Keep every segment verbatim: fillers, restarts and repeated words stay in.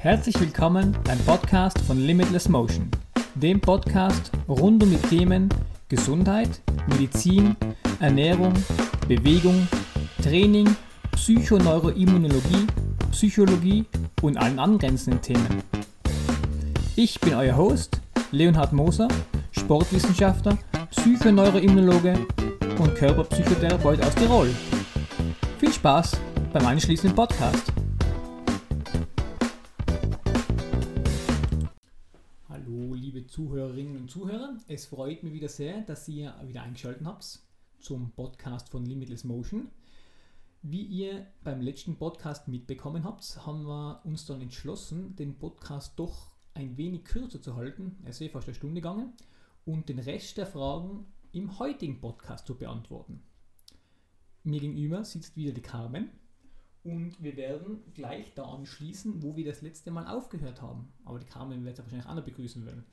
Herzlich willkommen beim Podcast von Limitless Motion, dem Podcast rund um die Themen Gesundheit, Medizin, Ernährung, Bewegung, Training, Psychoneuroimmunologie, Psychologie und allen angrenzenden Themen. Ich bin euer Host, Leonhard Moser, Sportwissenschaftler, Psychoneuroimmunologe und Körperpsychotherapeut aus Tirol. Viel Spaß beim anschließenden Podcast. Hallo liebe Zuhörerinnen und Zuhörer, es freut mich wieder sehr, dass ihr wieder eingeschaltet habt zum Podcast von Limitless Motion. Wie ihr beim letzten Podcast mitbekommen habt, haben wir uns dann entschlossen, den Podcast doch ein wenig kürzer zu halten, es ist fast eine Stunde gegangen, und den Rest der Fragen im heutigen Podcast zu beantworten. Mir gegenüber sitzt wieder die Carmen und wir werden gleich da anschließen, wo wir das letzte Mal aufgehört haben. Aber die Carmen wird ja wahrscheinlich auch noch begrüßen wollen.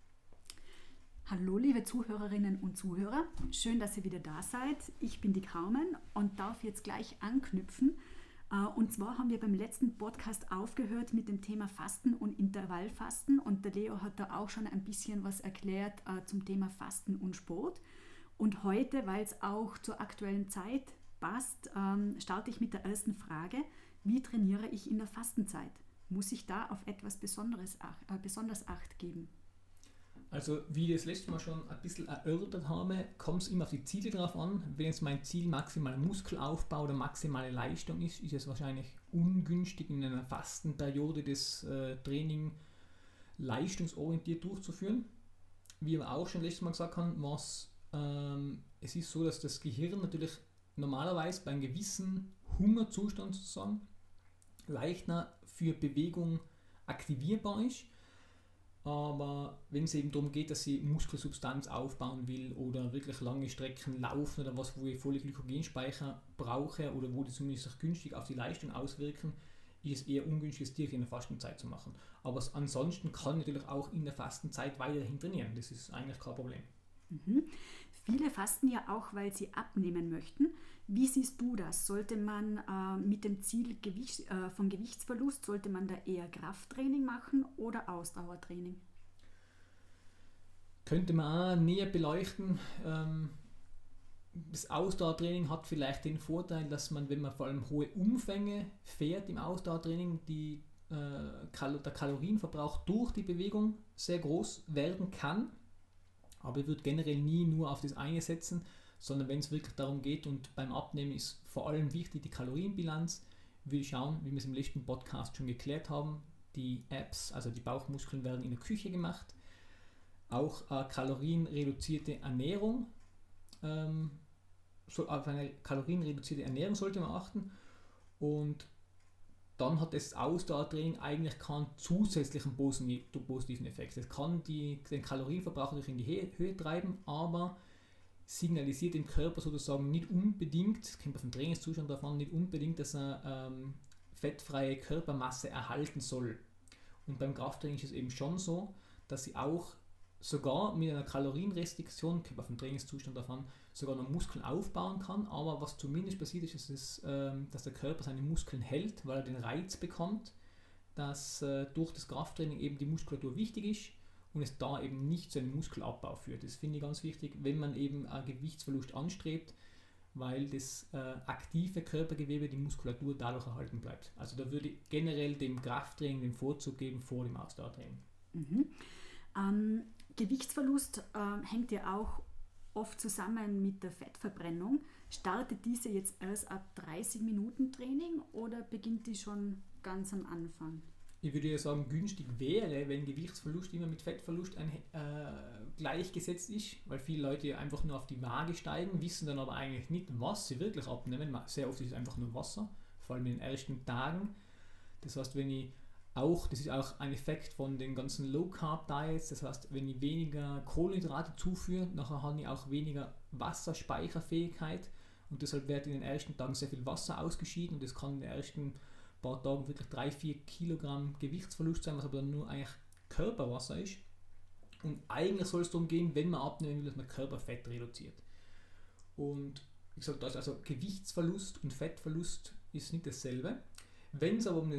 Hallo liebe Zuhörerinnen und Zuhörer, schön, dass ihr wieder da seid. Ich bin die Carmen und darf jetzt gleich anknüpfen. Und zwar haben wir beim letzten Podcast aufgehört mit dem Thema Fasten und Intervallfasten und der Leo hat da auch schon ein bisschen was erklärt zum Thema Fasten und Sport. Und heute, weil es auch zur aktuellen Zeit passt, starte ich mit der ersten Frage: Wie trainiere ich in der Fastenzeit? Muss ich da auf etwas Besonderes, äh, besonders Acht geben? Also wie ich das letzte Mal schon ein bisschen erörtert habe, kommt es immer auf die Ziele drauf an. Wenn jetzt mein Ziel maximaler Muskelaufbau oder maximale Leistung ist, ist es wahrscheinlich ungünstig, in einer Fastenperiode das äh, Training leistungsorientiert durchzuführen. Wie wir auch schon letztes Mal gesagt haben, was, ähm, es ist so, dass das Gehirn natürlich normalerweise bei einem gewissen Hungerzustand sozusagen leichter für Bewegung aktivierbar ist. Aber wenn es eben darum geht, dass ich Muskelsubstanz aufbauen will oder wirklich lange Strecken laufen oder was, wo ich volle Glykogenspeicher brauche oder wo die zumindest sich günstig auf die Leistung auswirken, ist es eher ungünstig, das direkt in der Fastenzeit zu machen. Aber ansonsten kann ich natürlich auch in der Fastenzeit weiterhin trainieren. Das ist eigentlich kein Problem. Mhm. Viele fasten ja auch, weil sie abnehmen möchten. Wie siehst du das? Sollte man äh, mit dem Ziel Gewicht, äh, von Gewichtsverlust, sollte man da eher Krafttraining machen oder Ausdauertraining? Könnte man auch näher beleuchten. Ähm, das Ausdauertraining hat vielleicht den Vorteil, dass man, wenn man vor allem hohe Umfänge fährt im Ausdauertraining, die, äh, Kal- der Kalorienverbrauch durch die Bewegung sehr groß werden kann. Aber ich würde generell nie nur auf das eine setzen, sondern wenn es wirklich darum geht, und beim Abnehmen ist vor allem wichtig die Kalorienbilanz, würde ich schauen, wie wir es im letzten Podcast schon geklärt haben, die Abs, also die Bauchmuskeln, werden in der Küche gemacht. Auch äh, kalorienreduzierte Ernährung, ähm, so, auf eine kalorienreduzierte Ernährung sollte man achten, und dann hat das Ausdauertraining eigentlich keinen zusätzlichen positiven Effekt. Es kann die, den Kalorienverbrauch natürlich in die Höhe treiben, aber signalisiert dem Körper sozusagen nicht unbedingt, das kommt auf den Trainingszustand davon, nicht unbedingt, dass er ähm, fettfreie Körpermasse erhalten soll. Und beim Krafttraining ist es eben schon so, dass sie auch sogar mit einer Kalorienrestriktion, kommt auf den Trainingszustand davon, sogar noch Muskeln aufbauen kann, aber was zumindest passiert ist, ist es, ähm, dass der Körper seine Muskeln hält, weil er den Reiz bekommt, dass äh, durch das Krafttraining eben die Muskulatur wichtig ist und es da eben nicht zu einem Muskelabbau führt. Das finde ich ganz wichtig, wenn man eben einen Gewichtsverlust anstrebt, weil das äh, aktive Körpergewebe, die Muskulatur, dadurch erhalten bleibt. Also da würde ich generell dem Krafttraining den Vorzug geben vor dem Ausdauertraining. Mhm. Ähm, Gewichtsverlust äh, hängt ja auch oft zusammen mit der Fettverbrennung. Startet diese jetzt erst ab dreißig Minuten Training oder beginnt die schon ganz am Anfang? Ich würde ja sagen, günstig wäre, wenn Gewichtsverlust immer mit Fettverlust ein, äh, gleichgesetzt ist, weil viele Leute einfach nur auf die Waage steigen, wissen dann aber eigentlich nicht, was sie wirklich abnehmen. Sehr oft ist es einfach nur Wasser, vor allem in den ersten Tagen. Das heißt, wenn ich auch, das ist auch ein Effekt von den ganzen Low-Carb-Diets, das heißt, wenn ich weniger Kohlenhydrate zuführe, nachher habe ich auch weniger Wasserspeicherfähigkeit und deshalb wird in den ersten Tagen sehr viel Wasser ausgeschieden und das kann in den ersten paar Tagen wirklich drei bis vier Kilogramm Gewichtsverlust sein, was aber dann nur eigentlich Körperwasser ist. Und eigentlich soll es darum gehen, wenn man abnehmen will, dass man Körperfett reduziert. Und wie gesagt, also Gewichtsverlust und Fettverlust ist nicht dasselbe. Wenn es aber um den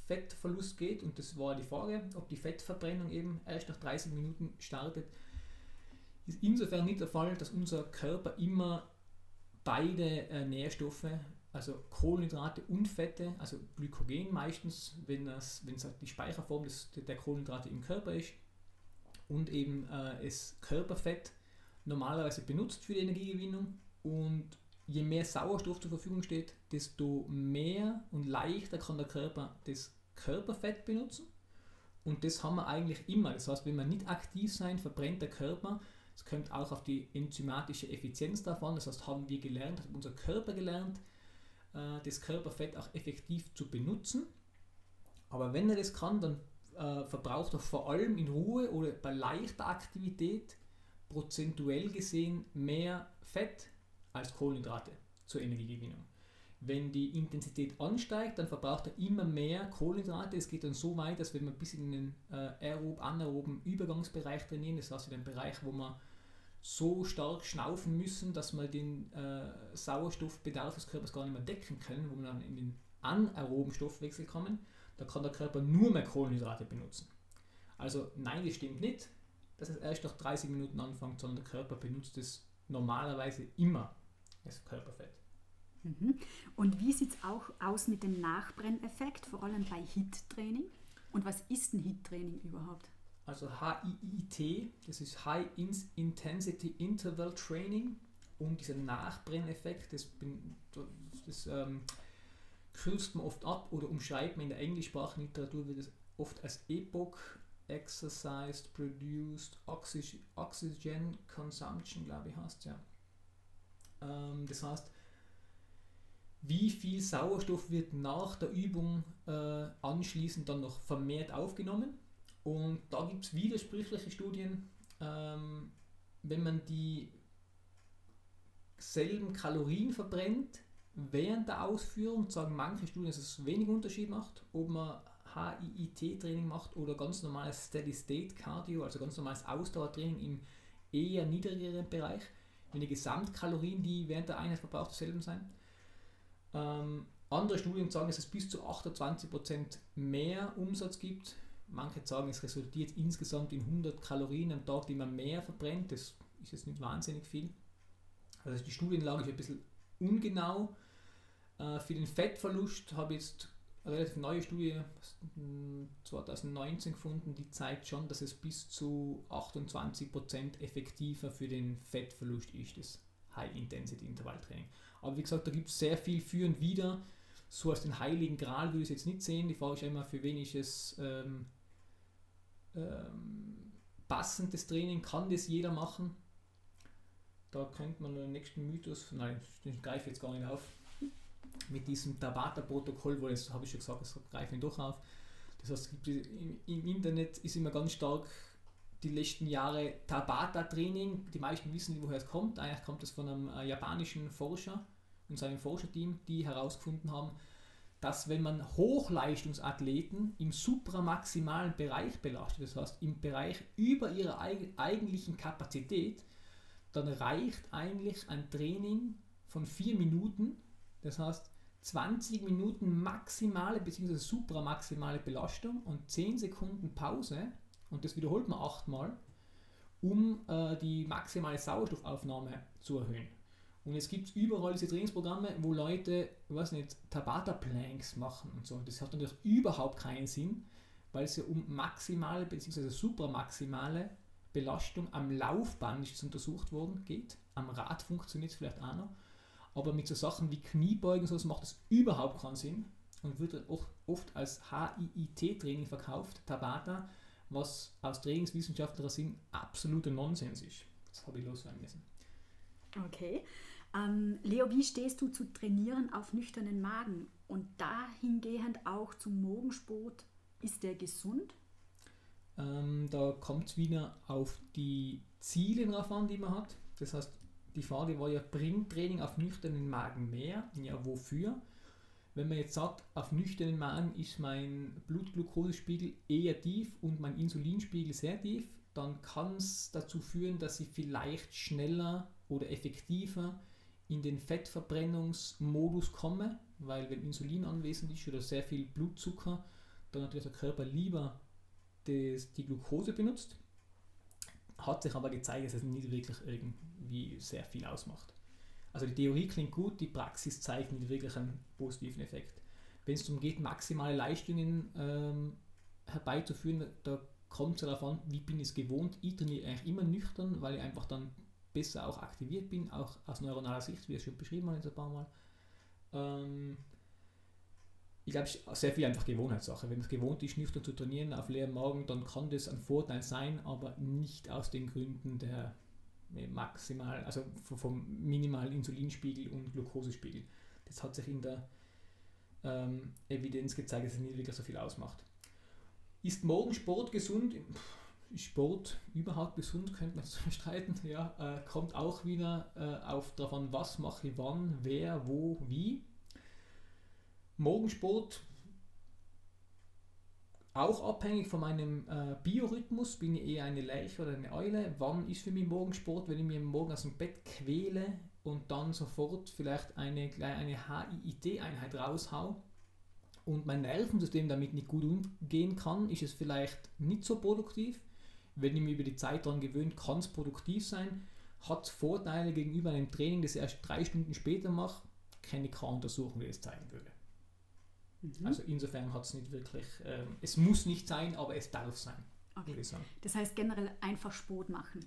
Fettverlust geht, und das war die Frage, ob die Fettverbrennung eben erst nach dreißig Minuten startet, ist insofern nicht der Fall, dass unser Körper immer beide äh, Nährstoffe, also Kohlenhydrate und Fette, also Glykogen meistens, wenn es wenn es die Speicherform des, der Kohlenhydrate im Körper ist, und eben äh, es Körperfett normalerweise benutzt für die Energiegewinnung, und je mehr Sauerstoff zur Verfügung steht, desto mehr und leichter kann der Körper das Körperfett benutzen, und das haben wir eigentlich immer. Das heißt, wenn wir nicht aktiv sein, verbrennt der Körper. Es kommt auch auf die enzymatische Effizienz davon, das heißt, haben wir gelernt, hat unser Körper gelernt, äh, das Körperfett auch effektiv zu benutzen. Aber wenn er das kann, dann äh, verbraucht er vor allem in Ruhe oder bei leichter Aktivität prozentuell gesehen mehr Fett als Kohlenhydrate zur Energiegewinnung. Wenn die Intensität ansteigt, dann verbraucht er immer mehr Kohlenhydrate. Es geht dann so weit, dass wenn wir bis in den äh, aerob-anaeroben Übergangsbereich trainieren, das heißt in den Bereich, wo wir so stark schnaufen müssen, dass wir den äh, Sauerstoffbedarf des Körpers gar nicht mehr decken können, wo wir dann in den anaeroben Stoffwechsel kommen, da kann der Körper nur mehr Kohlenhydrate benutzen. Also nein, das stimmt nicht, dass es erst nach dreißig Minuten anfängt, sondern der Körper benutzt es normalerweise immer, das Körperfett. Mhm. Und wie sieht es auch aus mit dem Nachbrenneffekt, vor allem bei HIIT-Training? Und was ist ein HIIT-Training überhaupt? Also H I I T, das ist High Intensity Interval Training, und dieser Nachbrenneffekt, das, das, das ähm, kürzt man oft ab oder umschreibt man in der englischsprachigen Literatur, wird es oft als E P O C, Exercise Produced Oxy- Oxygen Consumption, glaube ich, heißt es ja. Ähm, das heißt, wie viel Sauerstoff wird nach der Übung äh, anschließend dann noch vermehrt aufgenommen. Und da gibt es widersprüchliche Studien. Ähm, wenn man die selben Kalorien verbrennt während der Ausführung, sagen manche Studien, dass es wenig Unterschied macht, ob man H I I T-Training macht oder ganz normales Steady-State-Cardio, also ganz normales Ausdauertraining im eher niedrigeren Bereich, wenn die Gesamtkalorien, die während der Einheit verbraucht, dieselben sein. Ähm, andere Studien sagen, dass es bis zu achtundzwanzig Prozent mehr Umsatz gibt. Manche sagen, es resultiert insgesamt in hundert Kalorien am Tag, die man mehr verbrennt. Das ist jetzt nicht wahnsinnig viel. Also die Studienlage ist ein bisschen ungenau. Äh, für den Fettverlust habe ich jetzt eine relativ neue Studie zwanzig neunzehn gefunden, die zeigt schon, dass es bis zu achtundzwanzig Prozent effektiver für den Fettverlust ist, das High-Intensity-Intervalltraining. Aber wie gesagt, da gibt es sehr viel für und wider. So als den heiligen Gral würde ich es jetzt nicht sehen. Die Frage ist immer, für wen ist es ähm, ähm, passendes Training, kann das jeder machen? Da könnte man den nächsten Mythos, nein, den greife ich jetzt gar nicht auf, mit diesem Tabata-Protokoll, weil das habe ich schon gesagt, das greife ich doch auf. Das heißt, im, im Internet ist immer ganz stark die letzten Jahre Tabata-Training. Die meisten wissen nicht, woher es kommt. Eigentlich kommt es von einem äh, japanischen Forscher und seinem Forscherteam, die herausgefunden haben, dass wenn man Hochleistungsathleten im supramaximalen Bereich belastet, das heißt im Bereich über ihrer eig- eigentlichen Kapazität, dann reicht eigentlich ein Training von vier Minuten, das heißt zwanzig Minuten maximale bzw. supramaximale Belastung und zehn Sekunden Pause, und das wiederholt man achtmal, um äh, die maximale Sauerstoffaufnahme zu erhöhen. Und es gibt überall diese Trainingsprogramme, wo Leute, ich weiß nicht, Tabata-Planks machen und so. Das hat natürlich überhaupt keinen Sinn, weil es ja um maximale bzw. supramaximale Belastung am Laufband ist untersucht worden, geht. Am Rad funktioniert es vielleicht auch noch. Aber mit so Sachen wie Kniebeugen so macht es überhaupt keinen Sinn und wird oft als H I I T-Training verkauft, Tabata, was aus trainingswissenschaftlicher Sinn absoluter Nonsens ist. Das habe ich loswerden müssen. Okay. Ähm, Leo, wie stehst du zu Trainieren auf nüchternen Magen? Und dahingehend auch zum Morgensport, ist der gesund? Ähm, da kommt es wieder auf die Ziele drauf an, die man hat. Das heißt, die Frage war ja, bringt Training auf nüchternen Magen mehr? Ja, wofür? Wenn man jetzt sagt, auf nüchternen Magen ist mein Blutglukosespiegel eher tief und mein Insulinspiegel sehr tief, dann kann es dazu führen, dass ich vielleicht schneller oder effektiver in den Fettverbrennungsmodus komme, weil wenn Insulin anwesend ist oder sehr viel Blutzucker, da natürlich der Körper lieber das, die Glucose benutzt. Hat sich aber gezeigt, dass es nicht wirklich irgendwie sehr viel ausmacht. Also die Theorie klingt gut, die Praxis zeigt nicht wirklich einen positiven Effekt. Wenn es darum geht, maximale Leistungen ähm, herbeizuführen, da kommt es darauf an, wie bin ich es gewohnt. Ich trainiere eigentlich immer nüchtern, weil ich einfach dann besser auch aktiviert bin, auch aus neuronaler Sicht, wie ich es schon beschrieben habe, ein paar Mal. Ähm, ich glaube, es ist sehr viel einfach Gewohnheitssache. Wenn man es gewohnt ist, nüchtern zu trainieren, auf leerem Magen, dann kann das ein Vorteil sein, aber nicht aus den Gründen der maximal, also vom minimalen Insulinspiegel und Glukosespiegel. Das hat sich in der ähm, Evidenz gezeigt, dass es nicht wirklich so viel ausmacht. Ist morgen Sport gesund? Ist Sport überhaupt gesund, könnte man jetzt streiten. Ja, äh, kommt auch wieder äh, auf darauf an, was mache ich wann, wer, wo, wie. Morgensport auch abhängig von meinem äh, Biorhythmus. Bin ich eher eine Lerche oder eine Eule? Wann ist für mich Morgensport? Wenn ich mir morgen aus dem Bett quäle und dann sofort vielleicht eine, eine H I I T-Einheit raushau und mein Nervensystem damit nicht gut umgehen kann, ist es vielleicht nicht so produktiv. Wenn ich mich über die Zeit daran gewöhnt, kann es produktiv sein. Hat Vorteile gegenüber einem Training, das ich erst drei Stunden später mache. Kenne ich keine Untersuchung, die das zeigen würde. Mhm. Also insofern hat es nicht wirklich, ähm, es muss nicht sein, aber es darf sein, okay. würde ich sagen. Das heißt generell einfach Sport machen?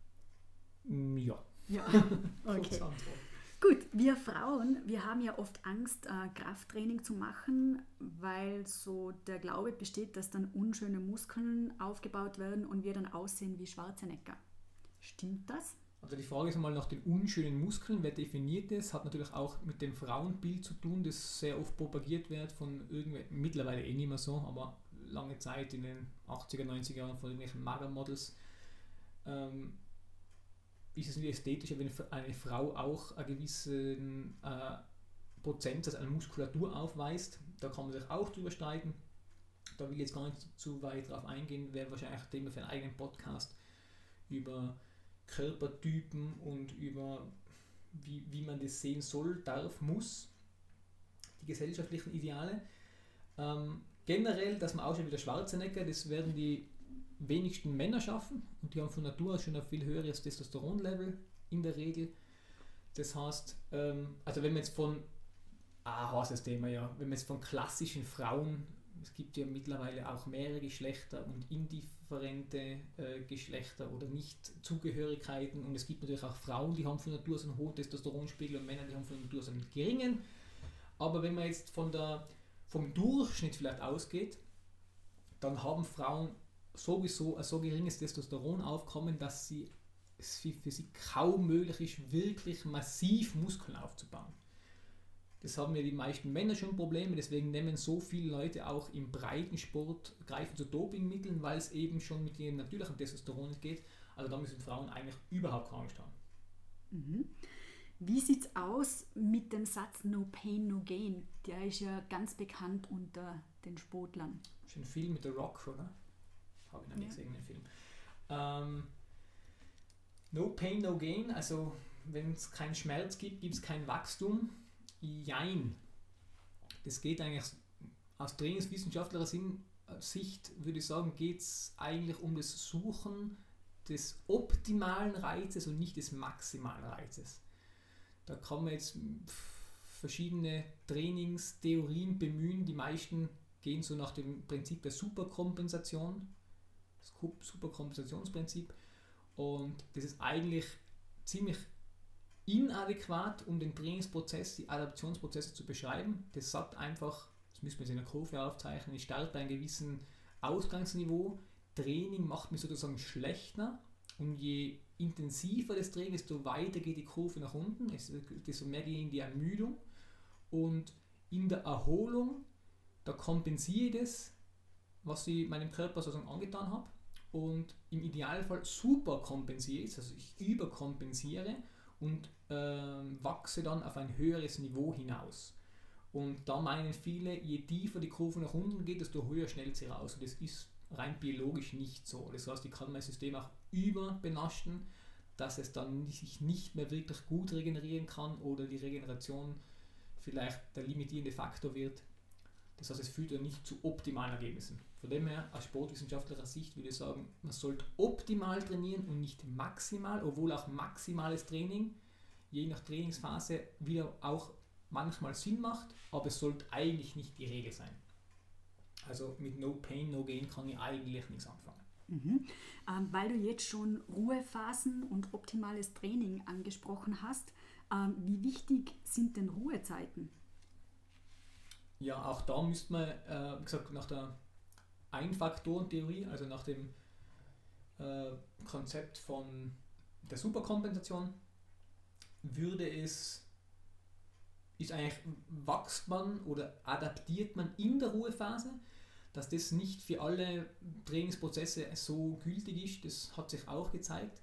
Ja. Ja, okay. Gut, wir Frauen, wir haben ja oft Angst, äh, Krafttraining zu machen, weil so der Glaube besteht, dass dann unschöne Muskeln aufgebaut werden und wir dann aussehen wie Schwarzenegger. Stimmt das? Also die Frage ist einmal nach den unschönen Muskeln, wer definiert das? Hat natürlich auch mit dem Frauenbild zu tun, das sehr oft propagiert wird von irgendwelchen, mittlerweile eh nicht mehr so, aber lange Zeit in den achtziger, neunziger Jahren von irgendwelchen Magermodels. Ähm, ist es nicht ästhetischer, wenn eine Frau auch einen gewissen äh, Prozentsatz an Muskulatur aufweist. Da kann man sich auch drüber streiten. Da will ich jetzt gar nicht zu weit drauf eingehen, wäre wahrscheinlich ein Thema für einen eigenen Podcast über Körpertypen und über wie, wie man das sehen soll, darf, muss, die gesellschaftlichen Ideale. Ähm, generell, dass man ausschaut wie der Schwarzenegger, das werden die wenigsten Männer schaffen und die haben von Natur aus schon ein viel höheres Testosteronlevel in der Regel. Das heißt, ähm, also wenn man jetzt von, ah, heißt das Thema ja, wenn man jetzt von klassischen Frauen, es gibt ja mittlerweile auch mehrere Geschlechter und indifferente äh, Geschlechter oder Nicht-Zugehörigkeiten und es gibt natürlich auch Frauen, die haben von Natur aus einen hohen Testosteronspiegel und Männer, die haben von Natur aus einen geringen. Aber wenn man jetzt von der, vom Durchschnitt vielleicht ausgeht, dann haben Frauen sowieso ein so geringes Testosteronaufkommen, dass sie, es für sie kaum möglich ist, wirklich massiv Muskeln aufzubauen. Das haben ja die meisten Männer schon Probleme, deswegen nehmen so viele Leute auch im Breitensport, greifen zu Dopingmitteln, weil es eben schon mit ihrem natürlichen Testosteron geht. Also da müssen Frauen eigentlich überhaupt keine Angst haben. Mhm. Wie sieht es aus mit dem Satz No Pain, No Gain? Der ist ja ganz bekannt unter den Sportlern. Das ist ein Film mit The Rock, oder? Habe ich noch nicht ja. gesehen, den Film. Ähm, no Pain, No Gain, also wenn es keinen Schmerz gibt, gibt es kein Wachstum. Jein. Das geht eigentlich aus trainingswissenschaftlicher Sicht, würde ich sagen, geht es eigentlich um das Suchen des optimalen Reizes und nicht des maximalen Reizes. Da kann man jetzt verschiedene Trainingstheorien bemühen. Die meisten gehen so nach dem Prinzip der Superkompensation, das Superkompensationsprinzip, und das ist eigentlich ziemlich inadäquat, um den Trainingsprozess, die Adaptionsprozesse zu beschreiben. Das sagt einfach, das müssen wir jetzt in der Kurve aufzeichnen, ich starte bei einem gewissen Ausgangsniveau, Training macht mich sozusagen schlechter und je intensiver das Training, desto weiter geht die Kurve nach unten, desto mehr geht in die Ermüdung und in der Erholung, da kompensiere ich das, was ich meinem Körper sozusagen angetan habe und im Idealfall super kompensiere ich, also ich überkompensiere und ähm, wachse dann auf ein höheres Niveau hinaus. Und da meinen viele, je tiefer die Kurve nach unten geht, desto höher schnellt sie raus. Und das ist rein biologisch nicht so. Das heißt, ich kann mein System auch überbelasten, dass es dann sich nicht mehr wirklich gut regenerieren kann oder die Regeneration vielleicht der limitierende Faktor wird. Das heißt, es führt ja nicht zu optimalen Ergebnissen. Von dem her, aus sportwissenschaftlicher Sicht würde ich sagen, man sollte optimal trainieren und nicht maximal, obwohl auch maximales Training je nach Trainingsphase wieder auch manchmal Sinn macht, aber es sollte eigentlich nicht die Regel sein. Also mit No Pain, No Gain kann ich eigentlich nichts anfangen. Mhm. Ähm, weil du jetzt schon Ruhephasen und optimales Training angesprochen hast, ähm, wie wichtig sind denn Ruhezeiten? Ja, auch da müsste man, äh, wie gesagt, nach der Ein-Faktoren-Theorie, also nach dem äh, Konzept von der Superkompensation, würde es, ist eigentlich, wächst man oder adaptiert man in der Ruhephase, dass das nicht für alle Trainingsprozesse so gültig ist, das hat sich auch gezeigt.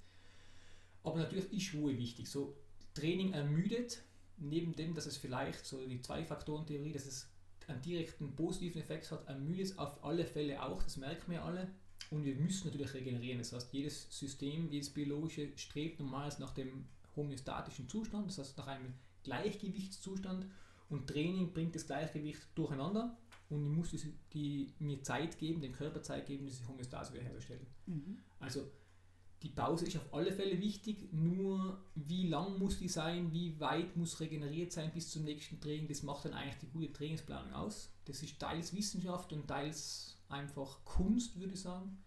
Aber natürlich ist Ruhe wichtig. So, Training ermüdet, neben dem, dass es vielleicht, so die Zwei-Faktoren-Theorie, dass es einen direkten positiven Effekt hat, ermüdet es auf alle Fälle auch, das merken wir alle. Und wir müssen natürlich regenerieren. Das heißt, jedes System, jedes biologische strebt normalerweise nach dem homöostatischen Zustand, das heißt nach einem Gleichgewichtszustand, und Training bringt das Gleichgewicht durcheinander und ich muss die, die, mir Zeit geben, dem Körper Zeit geben, diese Homöostase wiederherzustellen. Mhm. Also die Pause ist auf alle Fälle wichtig, nur wie lang muss die sein, wie weit muss regeneriert sein bis zum nächsten Training, das macht dann eigentlich die gute Trainingsplanung aus. Das ist teils Wissenschaft und teils einfach Kunst, würde ich sagen.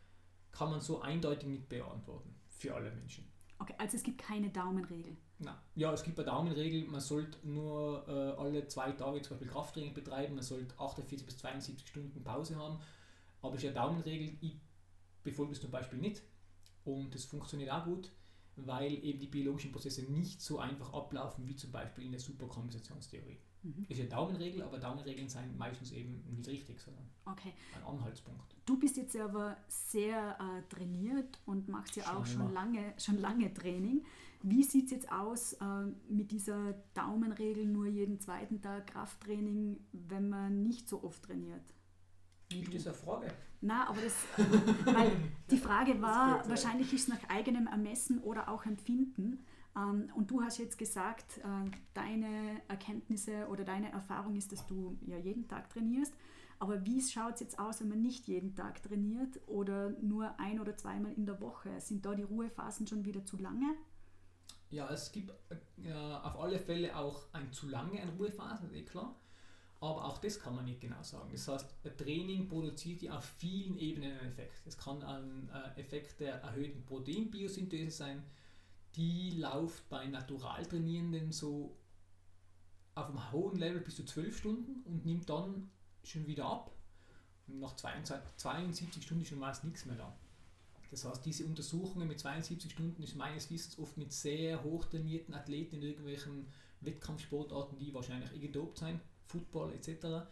Kann man so eindeutig nicht beantworten für alle Menschen. Okay, also es gibt keine Daumenregel. Nein. Ja, es gibt eine Daumenregel, man sollte nur äh, alle zwei Tage zum Beispiel Krafttraining betreiben, man sollte achtundvierzig bis zweiundsiebzig Stunden Pause haben, aber es ist eine Daumenregel, ich befolge es zum Beispiel nicht und das funktioniert auch gut, weil eben die biologischen Prozesse nicht so einfach ablaufen wie zum Beispiel in der Superkompensationstheorie. Mhm. Das ist eine Daumenregel, aber Daumenregeln sind meistens eben nicht richtig, sondern okay. ein Anhaltspunkt. Du bist jetzt aber sehr äh, trainiert und machst ja schon auch schon lange, schon lange Training. Wie sieht es jetzt aus äh, mit dieser Daumenregel, nur jeden zweiten Tag Krafttraining, wenn man nicht so oft trainiert? Ist das eine Frage? Nein, aber das, äh, weil die Frage war, gut, wahrscheinlich ist es nach eigenem Ermessen oder auch Empfinden. Ähm, und du hast jetzt gesagt, äh, deine Erkenntnisse oder deine Erfahrung ist, dass du ja jeden Tag trainierst. Aber wie schaut es jetzt aus, wenn man nicht jeden Tag trainiert oder nur ein- oder zweimal in der Woche? Sind da die Ruhephasen schon wieder zu lange? Ja, es gibt äh, auf alle Fälle auch ein zu lange eine Ruhephase, das ist eh klar. Aber auch das kann man nicht genau sagen. Das heißt, ein Training produziert ja auf vielen Ebenen einen Effekt. Es kann ein äh, Effekt der erhöhten Proteinbiosynthese sein, die läuft bei Naturaltrainierenden so auf einem hohen Level bis zu zwölf Stunden und nimmt dann schon wieder ab. Und nach zweiundsiebzig Stunden ist schon meist nichts mehr da. Das heißt, diese Untersuchungen mit zweiundsiebzig Stunden ist meines Wissens oft mit sehr hoch trainierten Athleten in irgendwelchen Wettkampfsportarten, die wahrscheinlich eh gedopt sind, Football et cetera.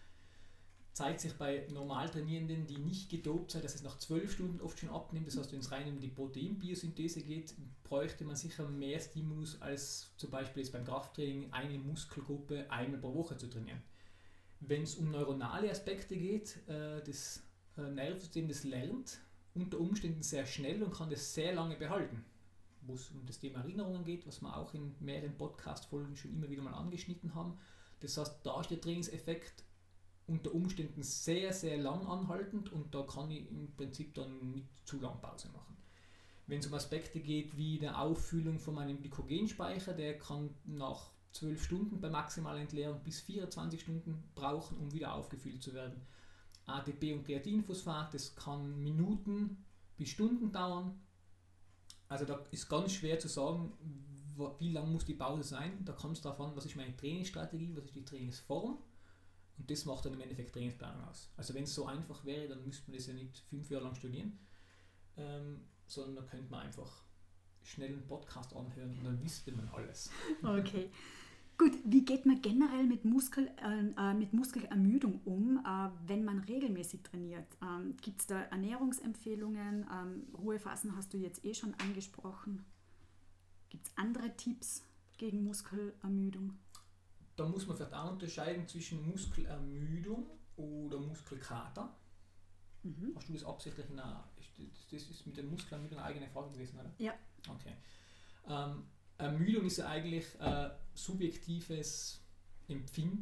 Zeigt sich bei normal Trainierenden, die nicht gedopt sind, dass es nach zwölf Stunden oft schon abnimmt. Das heißt, wenn es rein um die Proteinbiosynthese geht, bräuchte man sicher mehr Stimulus als zum Beispiel jetzt beim Krafttraining eine Muskelgruppe einmal pro Woche zu trainieren. Wenn es um neuronale Aspekte geht, äh, das äh, Nervensystem, das lernt unter Umständen sehr schnell und kann das sehr lange behalten. Wo es um das Thema Erinnerungen geht, was wir auch in mehreren Podcast-Folgen schon immer wieder mal angeschnitten haben. Das heißt, da ist der Trainingseffekt unter Umständen sehr, sehr lang anhaltend und da kann ich im Prinzip dann nicht zu lang Pause machen. Wenn es um Aspekte geht wie der Auffüllung von meinem Glykogenspeicher, der kann nach zwölf Stunden bei maximaler Entleerung bis vierundzwanzig Stunden brauchen, um wieder aufgefüllt zu werden. A T P und Kreatinphosphat, das kann Minuten bis Stunden dauern. Also da ist ganz schwer zu sagen, wie lang muss die Pause sein. Da kommt es darauf an, was ist meine Trainingsstrategie, was ist die Trainingsform. Und das macht dann im Endeffekt Trainingsplanung aus. Also wenn es so einfach wäre, dann müsste man das ja nicht fünf Jahre lang studieren, ähm, sondern da könnte man einfach schnell einen Podcast anhören und dann wüsste man alles. Okay. Gut, wie geht man generell mit, Muskel, äh, mit Muskelermüdung um, äh, wenn man regelmäßig trainiert? Ähm, Gibt es da Ernährungsempfehlungen? Ähm, Ruhephasen hast du jetzt eh schon angesprochen. Gibt es andere Tipps gegen Muskelermüdung? Da muss man vielleicht auch unterscheiden zwischen Muskelermüdung oder Muskelkater. Mhm. Hast du das absichtlich in einer, das ist mit der Muskelermüdung eine eigene Frage gewesen, oder? Ja. Okay. Ähm, Ermüdung ist ja eigentlich äh, subjektives Empfinden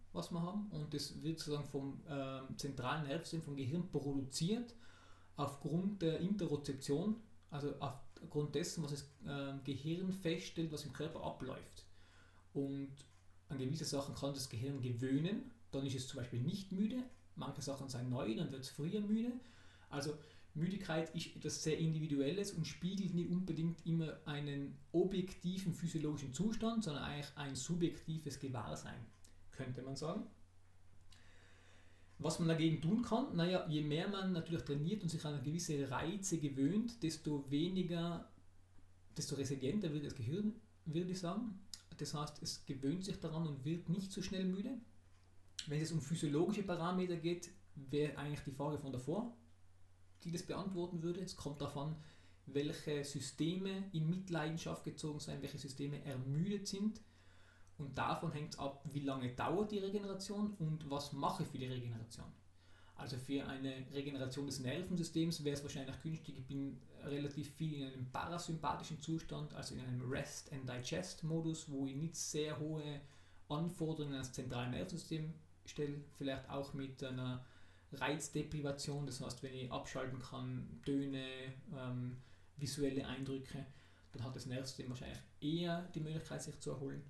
was wir haben, und das wird sozusagen vom äh, zentralen Nervensystem, vom Gehirn produziert aufgrund der Interozeption, also aufgrund dessen, was das äh, Gehirn feststellt, was im Körper abläuft. Und an gewisse Sachen kann das Gehirn gewöhnen, dann ist es zum Beispiel nicht müde, manche Sachen sind neu, dann wird es früher müde. Also Müdigkeit ist etwas sehr Individuelles und spiegelt nicht unbedingt immer einen objektiven physiologischen Zustand, sondern eigentlich ein subjektives Gewahrsein, könnte man sagen. Was man dagegen tun kann, naja, je mehr man natürlich trainiert und sich an gewisse Reize gewöhnt, desto weniger, desto resilienter wird das Gehirn, würde ich sagen. Das heißt, es gewöhnt sich daran und wird nicht so schnell müde. Wenn es um physiologische Parameter geht, wäre eigentlich die Frage von davor, die das beantworten würde. Es kommt darauf an, welche Systeme in Mitleidenschaft gezogen sind, welche Systeme ermüdet sind. Und davon hängt es ab, wie lange dauert die Regeneration und was mache ich für die Regeneration. Also für eine Regeneration des Nervensystems wäre es wahrscheinlich günstig, ich bin relativ viel in einem parasympathischen Zustand, also in einem Rest-and-Digest-Modus, wo ich nicht sehr hohe Anforderungen ans zentrale Nervensystem stelle, vielleicht auch mit einer Reizdeprivation, das heißt, wenn ich abschalten kann, Töne, ähm, visuelle Eindrücke, dann hat das Nervensystem wahrscheinlich eher die Möglichkeit, sich zu erholen.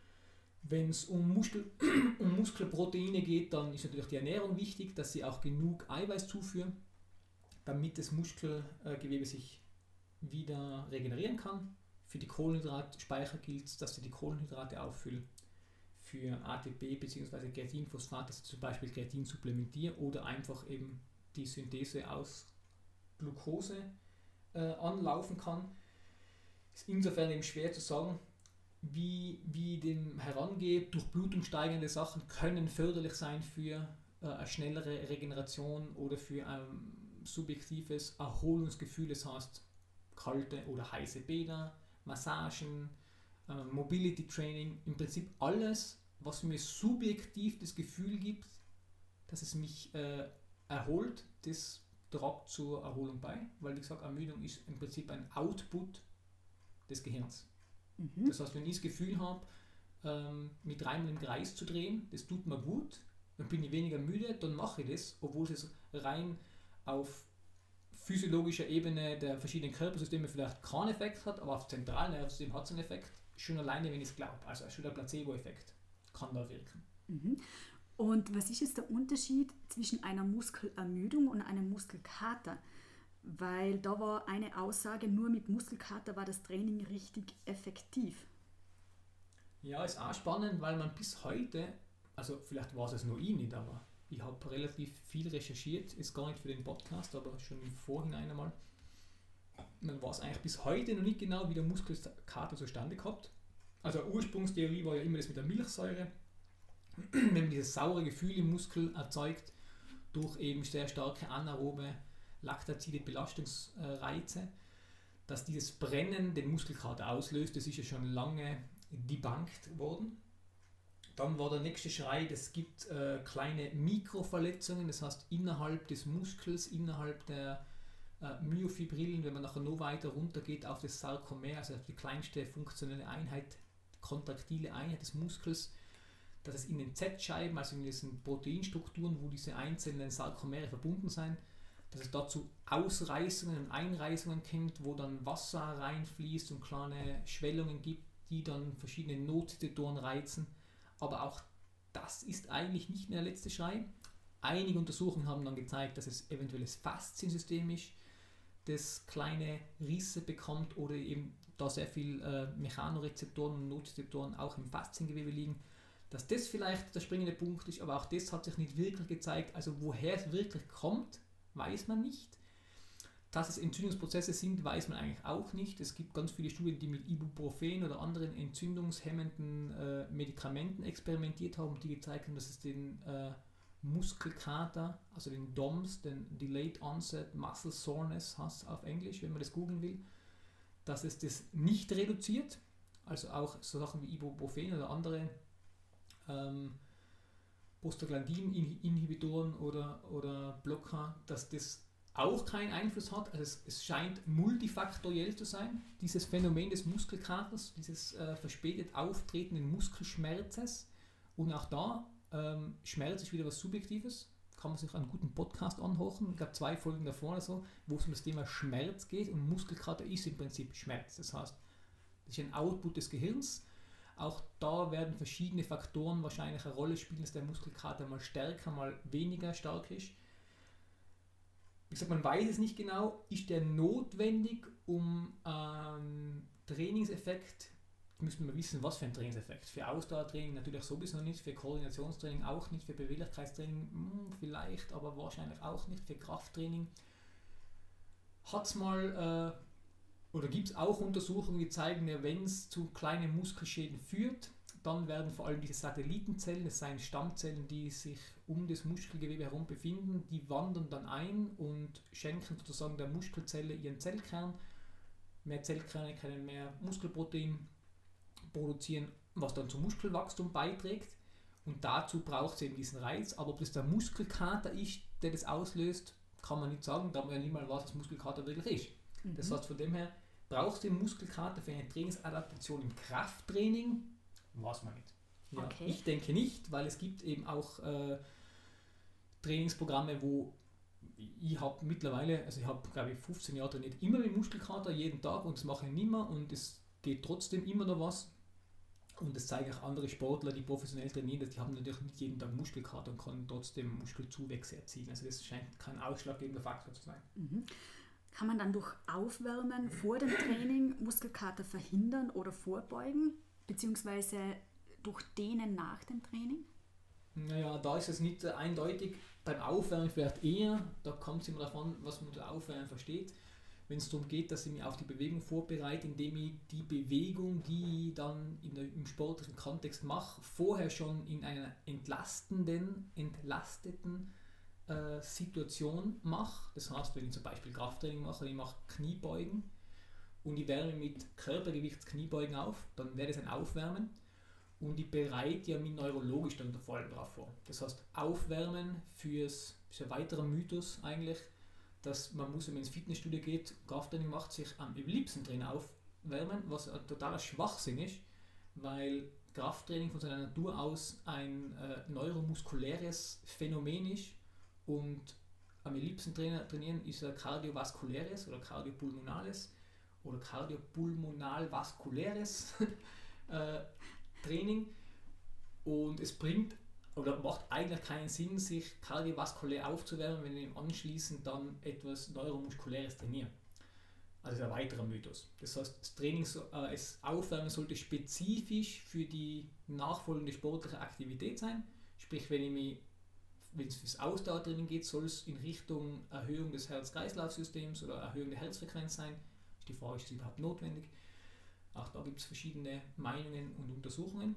Wenn es um, Muskel, um Muskelproteine geht, dann ist natürlich die Ernährung wichtig, dass sie auch genug Eiweiß zuführen, damit das Muskelgewebe sich wieder regenerieren kann. Für die Kohlenhydratspeicher gilt es, dass sie die Kohlenhydrate auffüllen. Für A T P bzw. Kreatinphosphat, dass ich zum Beispiel Kreatin supplementiere oder einfach eben die Synthese aus Glucose äh, anlaufen kann. Ist insofern eben schwer zu sagen, wie, wie dem herangeht. Durchblutung steigende Sachen können förderlich sein für äh, eine schnellere Regeneration oder für ein subjektives Erholungsgefühl, das heißt kalte oder heiße Bäder, Massagen, äh, Mobility Training, im Prinzip alles, was mir subjektiv das Gefühl gibt, dass es mich äh, erholt, das tragt zur Erholung bei, weil wie gesagt, Ermüdung ist im Prinzip ein Output des Gehirns. Mhm. Das heißt, wenn ich das Gefühl habe, ähm, mit dreimal im Kreis zu drehen, das tut mir gut, dann bin ich weniger müde, dann mache ich das, obwohl es rein auf physiologischer Ebene der verschiedenen Körpersysteme vielleicht keinen Effekt hat, aber auf das zentrale Nervensystem hat es einen Effekt, schon alleine, wenn ich es glaube. Also schon der Placebo-Effekt kann da wirken. Mhm. Und was ist jetzt der Unterschied zwischen einer Muskelermüdung und einem Muskelkater? Weil da war eine Aussage, nur mit Muskelkater war das Training richtig effektiv. Ja, ist auch spannend, weil man bis heute, also vielleicht war es noch ich nicht, aber ich habe relativ viel recherchiert, ist gar nicht für den Podcast, aber schon im Vorhinein einmal. Man weiß eigentlich bis heute noch nicht genau, wie der Muskelkater zustande kommt. Also eine Ursprungstheorie war ja immer das mit der Milchsäure. Wenn man dieses saure Gefühl im Muskel erzeugt, durch eben sehr starke anaerobe laktazide Belastungsreize, dass dieses Brennen den Muskelkater auslöst, das ist ja schon lange debunked worden. Dann war der nächste Schrei, es gibt äh, kleine Mikroverletzungen, das heißt innerhalb des Muskels, innerhalb der äh, Myofibrillen, wenn man nachher noch weiter runter geht auf das Sarkomer, also auf die kleinste funktionelle Einheit, kontraktile Einheit des Muskels, dass es in den Z-Scheiben, also in diesen Proteinstrukturen, wo diese einzelnen Sarkomere verbunden sind, dass es dazu Ausreißungen und Einreißungen kommt, wo dann Wasser reinfließt und kleine Schwellungen gibt, die dann verschiedene Notzitatoren reizen. Aber auch das ist eigentlich nicht mehr der letzte Schrei. Einige Untersuchungen haben dann gezeigt, dass es eventuell das Fasziensystem ist, das kleine Risse bekommt oder eben da sehr viel äh, Mechanorezeptoren und Nozizeptoren auch im Fasziengewebe liegen, dass das vielleicht der springende Punkt ist, aber auch das hat sich nicht wirklich gezeigt. Also woher es wirklich kommt, weiß man nicht. Dass es Entzündungsprozesse sind, weiß man eigentlich auch nicht. Es gibt ganz viele Studien, die mit Ibuprofen oder anderen entzündungshemmenden äh, Medikamenten experimentiert haben, die gezeigt haben, dass es den äh, Muskelkater, also den D O M S, den Delayed Onset Muscle Soreness heißt auf Englisch, wenn man das googeln will, dass es das nicht reduziert. Also auch so Sachen wie Ibuprofen oder andere ähm, Prostaglandin-Inhibitoren oder, oder Blocker, dass das auch keinen Einfluss hat. Also es, es scheint multifaktoriell zu sein, dieses Phänomen des Muskelkaters, dieses äh, verspätet auftretenden Muskelschmerzes. Und auch da Ähm, Schmerz ist wieder was Subjektives. Kann man sich einen guten Podcast anhören. Ich glaube, zwei Folgen davor oder so, wo es um das Thema Schmerz geht. Und Muskelkater ist im Prinzip Schmerz. Das heißt, das ist ein Output des Gehirns. Auch da werden verschiedene Faktoren wahrscheinlich eine Rolle spielen, dass der Muskelkater mal stärker, mal weniger stark ist. Wie gesagt, man weiß es nicht genau. Ist der notwendig, um einen Trainingseffekt, müssen wir wissen, was für ein Trainingseffekt. Für Ausdauertraining natürlich sowieso nicht, für Koordinationstraining auch nicht, für Beweglichkeitstraining mh, vielleicht, aber wahrscheinlich auch nicht, für Krafttraining. Hat es mal, äh, oder gibt es auch Untersuchungen, die zeigen, wenn es zu kleinen Muskelschäden führt, dann werden vor allem diese Satellitenzellen, das sind Stammzellen, die sich um das Muskelgewebe herum befinden, die wandern dann ein und schenken sozusagen der Muskelzelle ihren Zellkern. Mehr Zellkerne können mehr Muskelprotein produzieren, was dann zum Muskelwachstum beiträgt. Und dazu braucht es eben diesen Reiz. Aber ob das der Muskelkater ist, der das auslöst, kann man nicht sagen, da man ja nicht mal weiß, was Muskelkater wirklich ist. Mhm. Das heißt, von dem her brauchst du den Muskelkater für eine Trainingsadaptation im Krafttraining, weiß man nicht. Ja, okay. Ich denke nicht, weil es gibt eben auch äh, Trainingsprogramme, wo ich habe mittlerweile, also ich habe glaube ich fünfzehn Jahre trainiert, immer mit Muskelkater, jeden Tag, und das mache ich nicht mehr und es geht trotzdem immer noch was. Und das zeigen auch andere Sportler, die professionell trainieren, die haben natürlich nicht jeden Tag Muskelkater und können trotzdem Muskelzuwächse erzielen. Also das scheint kein ausschlaggebender Faktor zu sein. Mhm. Kann man dann durch Aufwärmen vor dem Training Muskelkater verhindern oder vorbeugen, beziehungsweise durch Dehnen nach dem Training? Naja, da ist es nicht eindeutig. Beim Aufwärmen vielleicht eher, da kommt es immer davon, was man unter Aufwärmen versteht. Wenn es darum geht, dass ich mich auf die Bewegung vorbereite, indem ich die Bewegung, die ich dann in der, im sportlichen Kontext mache, vorher schon in einer entlastenden, entlasteten äh, Situation mache. Das heißt, wenn ich zum Beispiel Krafttraining mache, ich mache Kniebeugen und ich wärme mit Körpergewichtskniebeugen auf, dann wäre das ein Aufwärmen. Und ich bereite ja mich neurologisch dann vor allem darauf vor. Das heißt, Aufwärmen fürs, ist ein weiterer Mythos eigentlich, dass man muss, wenn man ins Fitnessstudio geht, Krafttraining macht, sich am Ellipsentraining aufwärmen, was ein totaler Schwachsinn ist, weil Krafttraining von seiner Natur aus ein äh, neuromuskuläres Phänomen ist und am Ellipsentrainer trainieren ist ein kardiovaskuläres oder kardiopulmonales oder kardiopulmonal-vaskuläres äh, Training, und es bringt oder macht eigentlich keinen Sinn, sich kardiovaskulär aufzuwärmen, wenn ich anschließend dann etwas Neuromuskuläres trainiere. Also ein weiterer Mythos. Das heißt, das Training, äh, das Aufwärmen sollte spezifisch für die nachfolgende sportliche Aktivität sein. Sprich, wenn ich mich, wenn es fürs Ausdauertraining geht, soll es in Richtung Erhöhung des Herz-Kreislauf-Systems oder Erhöhung der Herzfrequenz sein. Die Frage ist, ist das überhaupt notwendig? Auch da gibt es verschiedene Meinungen und Untersuchungen.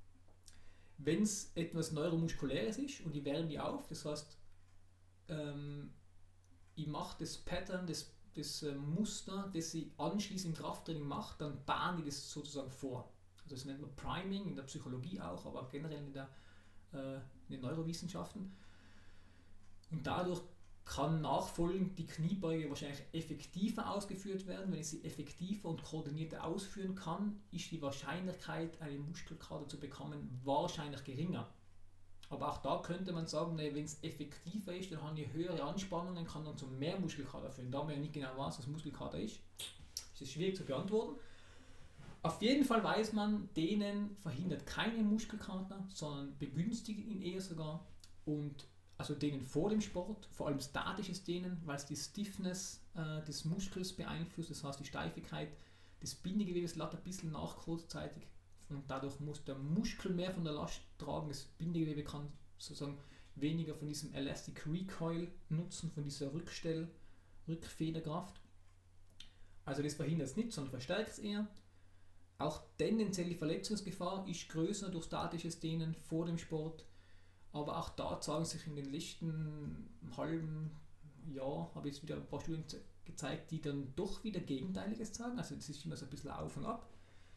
Wenn es etwas Neuromuskuläres ist und ich wärme die auf, das heißt, ähm, ich mache das Pattern, das, das äh, Muster, das ich anschließend im Krafttraining mache, dann bahne ich das sozusagen vor. Also das nennt man Priming, in der Psychologie auch, aber generell in, der, äh, in den Neurowissenschaften. Und dadurch kann nachfolgend die Kniebeuge wahrscheinlich effektiver ausgeführt werden. Wenn ich sie effektiver und koordinierter ausführen kann, ist die Wahrscheinlichkeit, einen Muskelkater zu bekommen, wahrscheinlich geringer. Aber auch da könnte man sagen, wenn es effektiver ist, dann habe ich höhere Anspannungen, kann dann zu mehr Muskelkater führen. Da man ja nicht genau weiß, was Muskelkater ist, ist es schwierig zu beantworten. Auf jeden Fall weiß man, Dehnen verhindert keinen Muskelkater, sondern begünstigt ihn eher sogar. Und also Dehnen vor dem Sport, vor allem statisches Dehnen, weil es die Stiffness äh, des Muskels beeinflusst, das heißt die Steifigkeit des Bindegewebes lässt ein bisschen nach kurzzeitig und dadurch muss der Muskel mehr von der Last tragen, das Bindegewebe kann sozusagen weniger von diesem Elastic Recoil nutzen, von dieser Rückstell, Rückfederkraft. Also das verhindert es nicht, sondern verstärkt es eher. Auch tendenziell die Verletzungsgefahr ist größer durch statisches Dehnen vor dem Sport. Aber auch da zeigen sich in den letzten halben Jahr, habe ich jetzt wieder ein paar Studien ze- gezeigt, die dann doch wieder Gegenteiliges zeigen. Also das ist immer so ein bisschen auf und ab.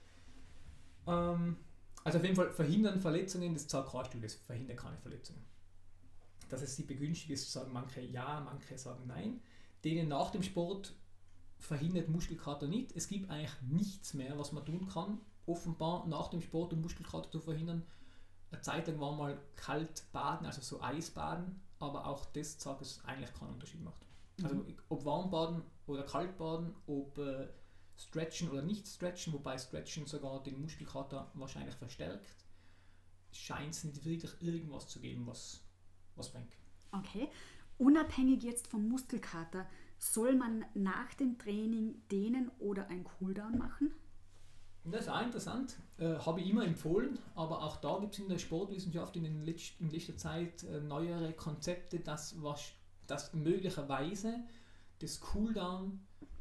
Ähm, also auf jeden Fall verhindern Verletzungen, das zeigt keine Studie, das verhindert keine Verletzungen. Dass es sie begünstigt ist, sagen manche ja, manche sagen nein. Denen nach dem Sport verhindert Muskelkater nicht. Es gibt eigentlich nichts mehr, was man tun kann, offenbar nach dem Sport, um Muskelkater zu verhindern. eine Zeit lang war mal Kaltbaden, also so Eisbaden, aber auch das zeigt, dass es eigentlich keinen Unterschied macht. Mhm. Also ob Warmbaden oder Kaltbaden, ob äh, Stretchen oder nicht Stretchen, wobei Stretchen sogar den Muskelkater wahrscheinlich verstärkt, scheint es nicht wirklich irgendwas zu geben, was, was bringt. Okay. Unabhängig jetzt vom Muskelkater, soll man nach dem Training dehnen oder ein Cooldown machen? Das ist auch interessant, äh, habe ich immer empfohlen, aber auch da gibt es in der Sportwissenschaft in, den Letz-, in letzter Zeit äh, neuere Konzepte, dass, was, dass möglicherweise das Cooldown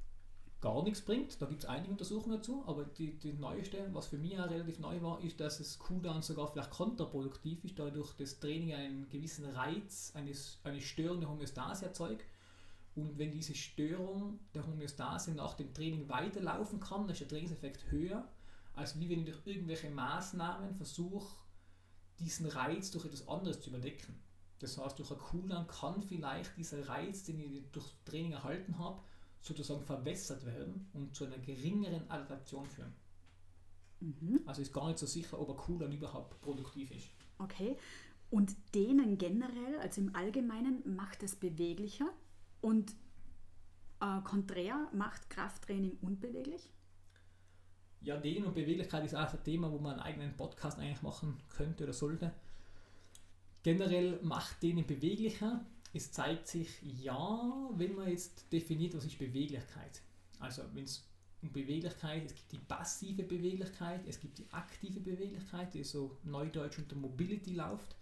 gar nichts bringt. Da gibt es einige Untersuchungen dazu, aber die, die neueste, was für mich auch relativ neu war, ist, dass das Cooldown sogar vielleicht kontraproduktiv ist, da durch das Training einen gewissen Reiz, eine, eine Störung der Homöostase erzeugt. Und wenn diese Störung der Homöostase nach dem Training weiterlaufen kann, dann ist der Trainingseffekt höher, als wie wenn ich durch irgendwelche Maßnahmen versuche, diesen Reiz durch etwas anderes zu überdecken. Das heißt, durch ein Cooldown kann vielleicht dieser Reiz, den ich durch Training erhalten habe, sozusagen verwässert werden und zu einer geringeren Adaptation führen. Mhm. Also ist gar nicht so sicher, ob ein Cooldown überhaupt produktiv ist. Okay. Und Dehnen generell, also im Allgemeinen, macht es beweglicher? Und äh, konträr macht Krafttraining unbeweglich? Ja, Dehnen und Beweglichkeit ist auch ein Thema, wo man einen eigenen Podcast eigentlich machen könnte oder sollte. Generell macht Dehnen beweglicher. Es zeigt sich, ja, wenn man jetzt definiert, was ist Beweglichkeit. Also wenn es um Beweglichkeit, es gibt die passive Beweglichkeit, es gibt die aktive Beweglichkeit, die so neudeutsch unter Mobility läuft.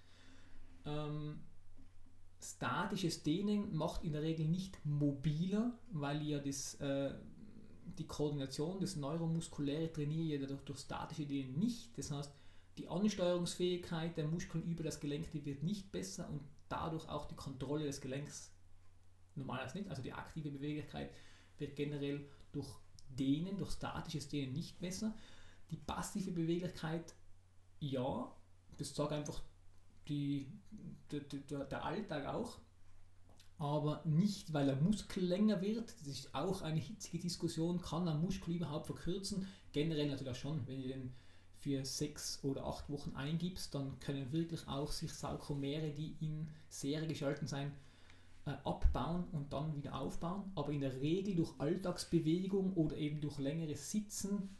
Ähm, Statisches Dehnen macht in der Regel nicht mobiler, weil ja das, äh, die Koordination, das neuromuskuläre trainiere ja durch, durch statische Dehnen nicht. Das heißt, die Ansteuerungsfähigkeit der Muskeln über das Gelenk, die wird nicht besser und dadurch auch die Kontrolle des Gelenks normalerweise nicht. Also die aktive Beweglichkeit wird generell durch Dehnen, durch statisches Dehnen nicht besser. Die passive Beweglichkeit, ja, das sagt einfach die, der, der, der Alltag auch, aber nicht, weil der Muskel länger wird. Das ist auch eine hitzige Diskussion, kann ein Muskel überhaupt verkürzen? Generell natürlich auch schon, wenn ihr den für sechs oder acht Wochen eingibst, dann können wirklich auch sich Sarkomere, die in Serie geschalten sein, äh, abbauen und dann wieder aufbauen. Aber in der Regel durch Alltagsbewegung oder eben durch längeres Sitzen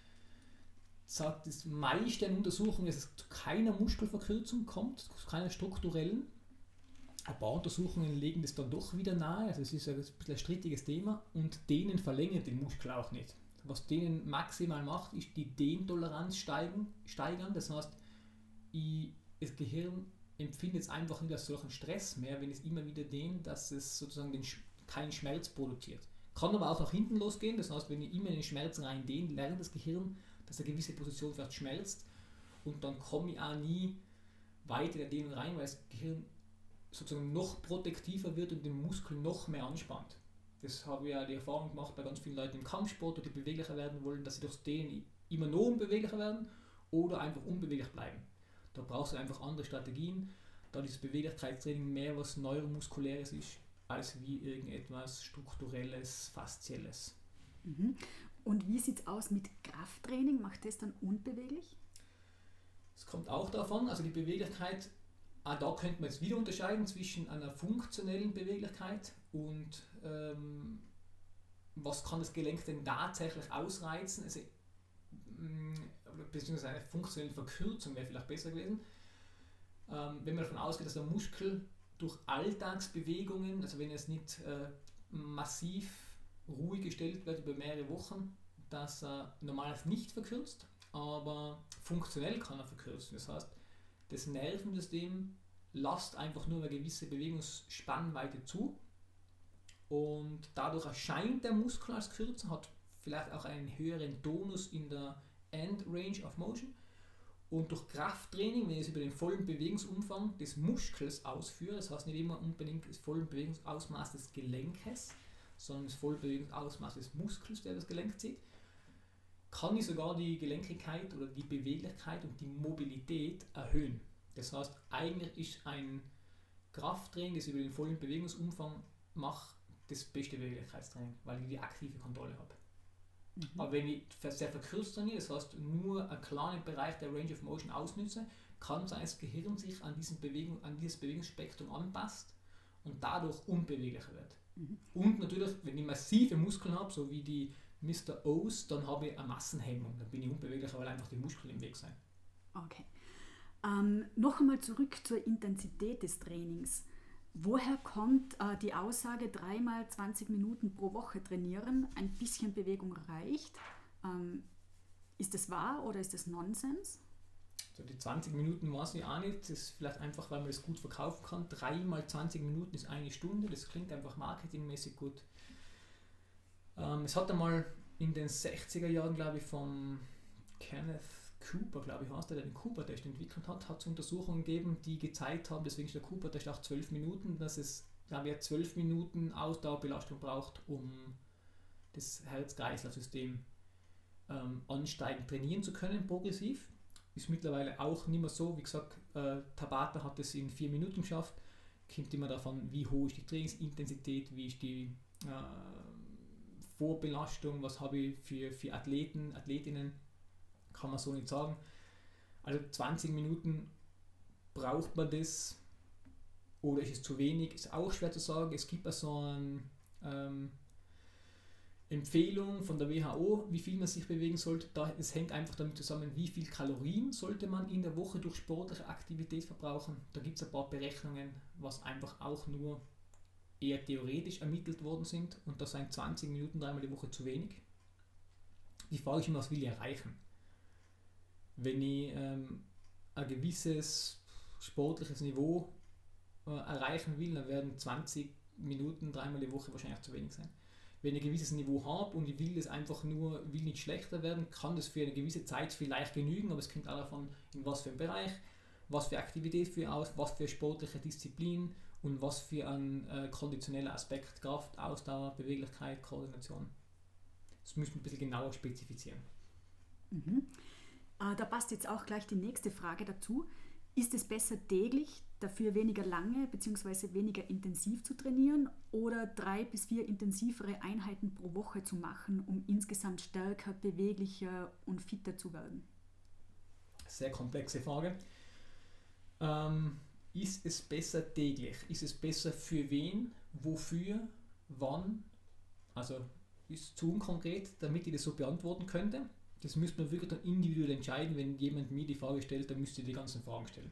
sagt das meiste in Untersuchungen, dass es zu keiner Muskelverkürzung kommt, zu keiner strukturellen. Ein paar Untersuchungen legen das dann doch wieder nahe, also es ist ein bisschen ein strittiges Thema und denen verlängert den Muskel auch nicht. Was denen maximal macht, ist die Dehntoleranz steigen, steigern. Das heißt, ich, das Gehirn empfindet jetzt einfach nicht als solchen Stress mehr, wenn es immer wieder dehnt, dass es sozusagen den, keinen Schmerz produziert. Kann aber auch nach hinten losgehen. Das heißt, wenn ich immer in den Schmerz rein dehne, lernt das Gehirn, dass eine gewisse Position vielleicht schmerzt und dann komme ich auch nie weiter in der Dehnung rein, weil das Gehirn sozusagen noch protektiver wird und den Muskel noch mehr anspannt. Das habe ich ja die Erfahrung gemacht bei ganz vielen Leuten im Kampfsport, die beweglicher werden wollen, dass sie durch Dehnen immer noch unbeweglicher werden oder einfach unbeweglich bleiben. Da brauchst du einfach andere Strategien, da dieses Beweglichkeitstraining mehr was Neuromuskuläres ist, als wie irgendetwas Strukturelles, Faszielles. Mhm. Und wie sieht es aus mit Krafttraining? Macht das dann unbeweglich? Es kommt auch davon, also die Beweglichkeit, auch da könnte man jetzt wieder unterscheiden zwischen einer funktionellen Beweglichkeit und ähm, was kann das Gelenk denn tatsächlich ausreizen, also, beziehungsweise eine funktionelle Verkürzung wäre vielleicht besser gewesen. Ähm, wenn man davon ausgeht, dass der Muskel durch Alltagsbewegungen, also wenn es nicht äh, massiv ruhig gestellt wird über mehrere Wochen, dass er normalerweise nicht verkürzt, aber funktionell kann er verkürzen. Das heißt, das Nervensystem lässt einfach nur eine gewisse Bewegungsspannweite zu und dadurch erscheint der Muskel als kürzer, hat vielleicht auch einen höheren Tonus in der End Range of Motion und durch Krafttraining, wenn ich es über den vollen Bewegungsumfang des Muskels ausführe, das heißt nicht immer unbedingt das volle Bewegungsausmaß des Gelenkes, sondern das volle Bewegungsausmaß des Muskels, der das Gelenk zieht, kann ich sogar die Gelenkigkeit oder die Beweglichkeit und die Mobilität erhöhen. Das heißt, eigentlich ist ein Krafttraining, das ich über den vollen Bewegungsumfang mache, das beste Beweglichkeitstraining, weil ich die aktive Kontrolle habe. Mhm. Aber wenn ich sehr verkürzt trainiere, das heißt nur einen kleinen Bereich der Range of Motion ausnütze, kann sein, dass das Gehirn sich an, diesen Bewegung, an dieses Bewegungsspektrum anpasst und dadurch unbeweglicher wird. Mhm. Und natürlich, wenn ich massive Muskeln habe, so wie die Mister O's, dann habe ich eine Massenhemmung. Dann bin ich unbeweglicher, weil einfach die Muskeln im Weg sind. Okay. Ähm, noch einmal zurück zur Intensität des Trainings. Woher kommt äh, die Aussage, dreimal zwanzig Minuten pro Woche trainieren, ein bisschen Bewegung reicht? Ähm, ist das wahr oder ist das Nonsens? So die zwanzig Minuten weiß ich auch nicht. Das ist vielleicht einfach, weil man das gut verkaufen kann. dreimal zwanzig Minuten ist eine Stunde. Das klingt einfach marketingmäßig gut. Ähm, es hat einmal in den sechziger Jahren, glaube ich, vom Kenneth Cooper, glaube ich, heißt der, der den Cooper-Test entwickelt hat, hat es Untersuchungen gegeben, die gezeigt haben, deswegen ist der Cooper-Test auch zwölf Minuten, dass es, glaube ich, zwölf Minuten Ausdauerbelastung braucht, um das Herz-Kreislauf-System ähm, ansteigend trainieren zu können, progressiv. Ist mittlerweile auch nicht mehr so, wie gesagt, äh, Tabata hat es in vier Minuten geschafft, kommt immer davon, wie hoch ist die Trainingsintensität, wie ist die äh, Vorbelastung, was habe ich für, für Athleten, Athletinnen, kann man so nicht sagen. Also zwanzig Minuten braucht man das oder ist es zu wenig, ist auch schwer zu sagen. Es gibt so eine ähm, Empfehlung von der W H O, wie viel man sich bewegen sollte. Da, es hängt einfach damit zusammen, wie viel Kalorien sollte man in der Woche durch sportliche Aktivität verbrauchen. Da gibt es ein paar Berechnungen, was einfach auch nur eher theoretisch ermittelt worden sind und da sind zwanzig Minuten dreimal die Woche zu wenig. Die Frage ist immer, was will ich erreichen? Wenn ich ähm, ein gewisses sportliches Niveau äh, erreichen will, dann werden zwanzig Minuten dreimal die Woche wahrscheinlich zu wenig sein. Wenn ich ein gewisses Niveau habe und ich will das einfach nur, will nicht schlechter werden, kann das für eine gewisse Zeit vielleicht genügen, aber es kommt auch davon, in was für einem Bereich, was für Aktivität für aus, was für sportliche Disziplin und was für ein äh, konditioneller Aspekt, Kraft, Ausdauer, Beweglichkeit, Koordination. Das müssen wir ein bisschen genauer spezifizieren. Mhm. Äh, da passt jetzt auch gleich die nächste Frage dazu. Ist es besser täglich, dafür weniger lange bzw. weniger intensiv zu trainieren oder drei bis vier intensivere Einheiten pro Woche zu machen, um insgesamt stärker, beweglicher und fitter zu werden? Sehr komplexe Frage. Ähm, ist es besser täglich? Ist es besser für wen? Wofür? Wann? Also ist zu unkonkret, damit ich das so beantworten könnte. Das müsste man wirklich dann individuell entscheiden. Wenn jemand mir die Frage stellt, dann müsste ich die ganzen Fragen stellen.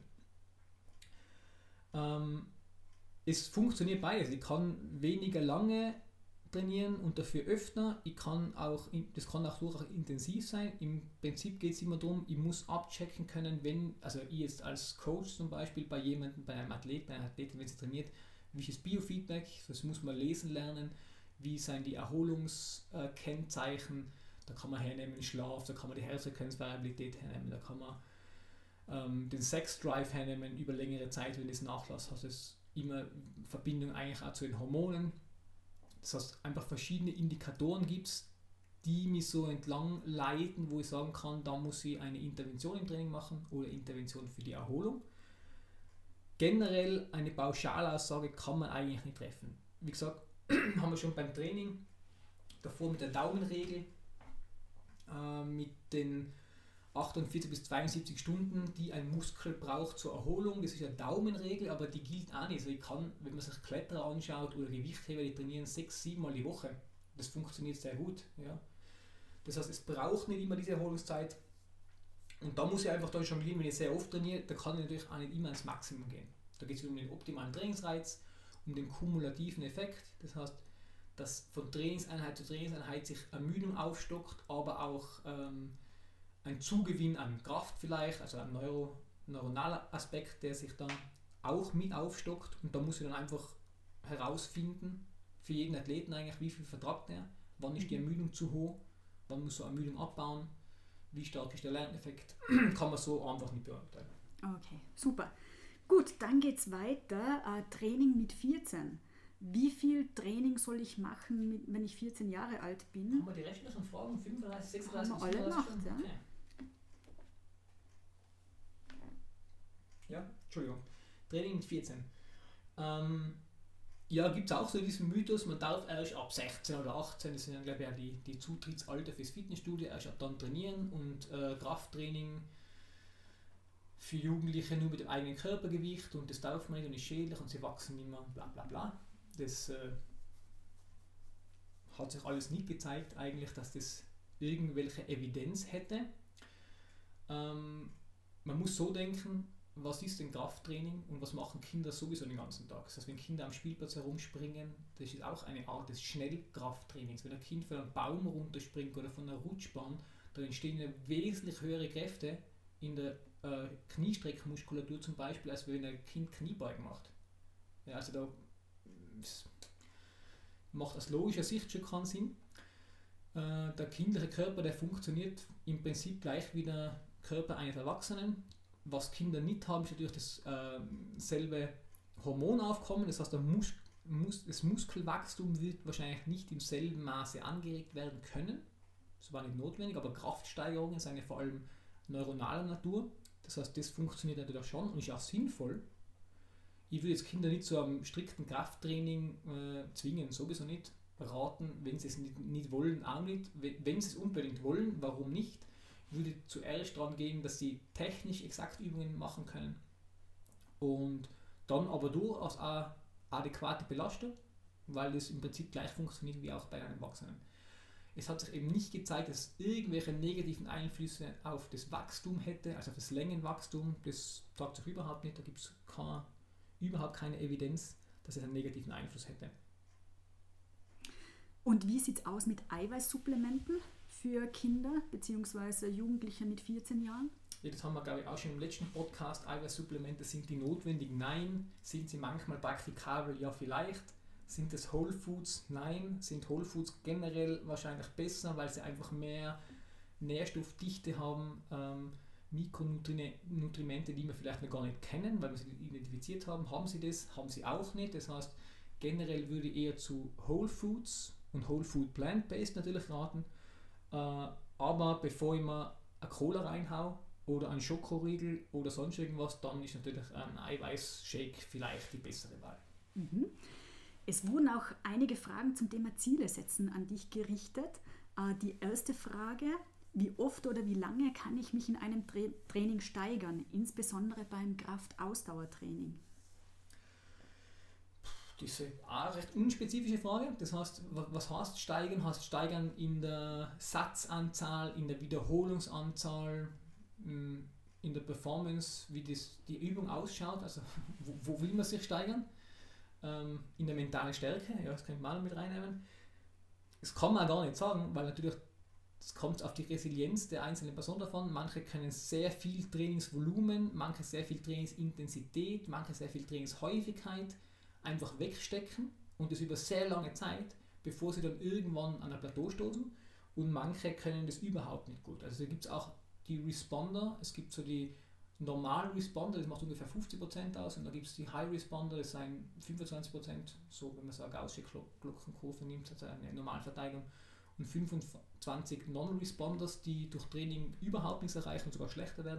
Ähm, es funktioniert beides. Ich kann weniger lange trainieren und dafür öfter. Ich kann auch, das kann auch durchaus intensiv sein. Im Prinzip geht es immer darum, ich muss abchecken können, wenn, also ich jetzt als Coach zum Beispiel bei jemandem, bei einem Athlet, bei einer Athletin, wenn sie trainiert, wie ist das Biofeedback, das muss man lesen lernen, wie sind die Erholungskennzeichen. Da kann man hernehmen Schlaf, da kann man die Herzfrequenzvariabilität hernehmen, da kann man ähm, den Sex-Drive hernehmen über längere Zeit, wenn das Nachlass hat. Das ist immer Verbindung eigentlich auch zu den Hormonen. Das heißt, einfach verschiedene Indikatoren gibt es, die mich so entlang leiten, wo ich sagen kann, da muss ich eine Intervention im Training machen oder Intervention für die Erholung. Generell eine Pauschalaussage kann man eigentlich nicht treffen. Wie gesagt, haben wir schon beim Training davor mit der Daumenregel, mit den achtundvierzig bis zweiundsiebzig Stunden, die ein Muskel braucht zur Erholung. Das ist eine Daumenregel, aber die gilt auch nicht. Also ich kann, wenn man sich Kletterer anschaut oder Gewichtheber, die trainieren sechs, sieben Mal die Woche. Das funktioniert sehr gut. Ja. Das heißt, es braucht nicht immer diese Erholungszeit. Und da muss ich einfach da jonglieren, wenn ich sehr oft trainiere, da kann ich natürlich auch nicht immer ans Maximum gehen. Da geht es um den optimalen Trainingsreiz, um den kumulativen Effekt. Das heißt, dass von Trainingseinheit zu Trainingseinheit sich Ermüdung aufstockt, aber auch ähm, ein Zugewinn an Kraft vielleicht, also ein Neuro, neuronaler Aspekt, der sich dann auch mit aufstockt. Und da muss ich dann einfach herausfinden, für jeden Athleten eigentlich, wie viel vertragt er, wann ist die Ermüdung zu hoch, wann muss er Ermüdung abbauen, wie stark ist der Lerneffekt, kann man so einfach nicht beurteilen. Okay, super. Gut, dann geht es weiter. Äh, Training mit vierzehn. Wie viel Training soll ich machen, mit, wenn ich vierzehn Jahre alt bin? Haben wir die restlichen Fragen? fünfunddreißig, sechsunddreißig, haben wir alle gemacht, ja? Okay. Ja, Entschuldigung. Training mit vierzehn. Ähm, Ja, gibt es auch so diesen Mythos, man darf erst ab sechzehn oder achtzehn, das sind dann glaube ich auch die, die Zutrittsalter fürs Fitnessstudio, erst ab dann trainieren und äh, Krafttraining für Jugendliche nur mit dem eigenen Körpergewicht und das darf man nicht und ist schädlich und sie wachsen immer, bla bla bla. Das äh, hat sich alles nicht gezeigt eigentlich, dass das irgendwelche Evidenz hätte. Ähm, man muss so denken, was ist denn Krafttraining und was machen Kinder sowieso den ganzen Tag? Das heißt, wenn Kinder am Spielplatz herumspringen, das ist auch eine Art des Schnellkrafttrainings. Wenn ein Kind von einem Baum runterspringt oder von einer Rutschbahn, dann entstehen ja wesentlich höhere Kräfte in der äh, Kniestreckmuskulatur zum Beispiel, als wenn ein Kind Kniebeugen macht. Ja, also da macht aus logischer Sicht schon keinen Sinn. Äh, der kindliche Körper, der funktioniert im Prinzip gleich wie der Körper eines Erwachsenen. Was Kinder nicht haben, ist natürlich dasselbe äh, Hormonaufkommen, das heißt, der Mus Mus das Muskelwachstum wird wahrscheinlich nicht im selben Maße angeregt werden können. Das war nicht notwendig, aber Kraftsteigerungen sind ja vor allem neuronaler Natur. Das heißt, das funktioniert natürlich schon und ist auch sinnvoll. Ich würde jetzt Kinder nicht zu einem strikten Krafttraining äh, zwingen, sowieso nicht. Raten, wenn sie es nicht, nicht wollen, auch nicht. Wenn sie es unbedingt wollen, warum nicht? Ich würde zuerst daran gehen, dass sie technisch exakt Übungen machen können und dann aber durchaus auch adäquate Belastung, weil das im Prinzip gleich funktioniert wie auch bei einem Erwachsenen. Es hat sich eben nicht gezeigt, dass es irgendwelche negativen Einflüsse auf das Wachstum hätte, also auf das Längenwachstum. Das sagt sich überhaupt nicht, da gibt es keine, überhaupt keine Evidenz, dass es einen negativen Einfluss hätte. Und wie sieht es aus mit Eiweißsupplementen für Kinder bzw. Jugendliche mit vierzehn Jahren? Ja, das haben wir, glaube ich, auch schon im letzten Podcast. Eiweißsupplemente, sind die notwendig? Nein. Sind sie manchmal praktikabel? Ja, vielleicht. Sind es Whole Foods? Nein. Sind Whole Foods generell wahrscheinlich besser, weil sie einfach mehr Nährstoffdichte haben, ähm, Mikronutrimente, die wir vielleicht noch gar nicht kennen, weil wir sie identifiziert haben. Haben sie das? Haben sie auch nicht. Das heißt, generell würde ich eher zu Whole Foods und Whole Food Plant-Based natürlich raten. Uh, aber bevor ich mir eine Cola reinhau oder einen Schokoriegel oder sonst irgendwas, dann ist natürlich ein Eiweißshake vielleicht die bessere Wahl. Mhm. Es wurden auch einige Fragen zum Thema Ziele setzen an dich gerichtet. Uh, die erste Frage: Wie oft oder wie lange kann ich mich in einem Tra- Training steigern, insbesondere beim Kraft-Ausdauertraining? Das ist eine recht unspezifische Frage. Das heißt, was heißt steigern? Heißt steigern in der Satzanzahl, in der Wiederholungsanzahl, in der Performance, wie das, die Übung ausschaut, also wo, wo will man sich steigern? In der mentalen Stärke, ja, das könnte man auch mit reinnehmen. Das kann man auch gar nicht sagen, weil natürlich es kommt auf die Resilienz der einzelnen Person davon. Manche können sehr viel Trainingsvolumen, manche sehr viel Trainingsintensität, manche sehr viel Trainingshäufigkeit einfach wegstecken und das über sehr lange Zeit, bevor sie dann irgendwann an ein Plateau stoßen, und manche können das überhaupt nicht gut. Also da gibt es auch die Responder, es gibt so die normalen Responder, das macht ungefähr fünfzig Prozent aus, und dann gibt es die High Responder, das sind fünfundzwanzig Prozent, so wenn man so eine gaußsche Glockenkurve nimmt, also eine Normalverteilung, und fünfundzwanzig Non-Responders, die durch Training überhaupt nichts erreichen und sogar schlechter werden.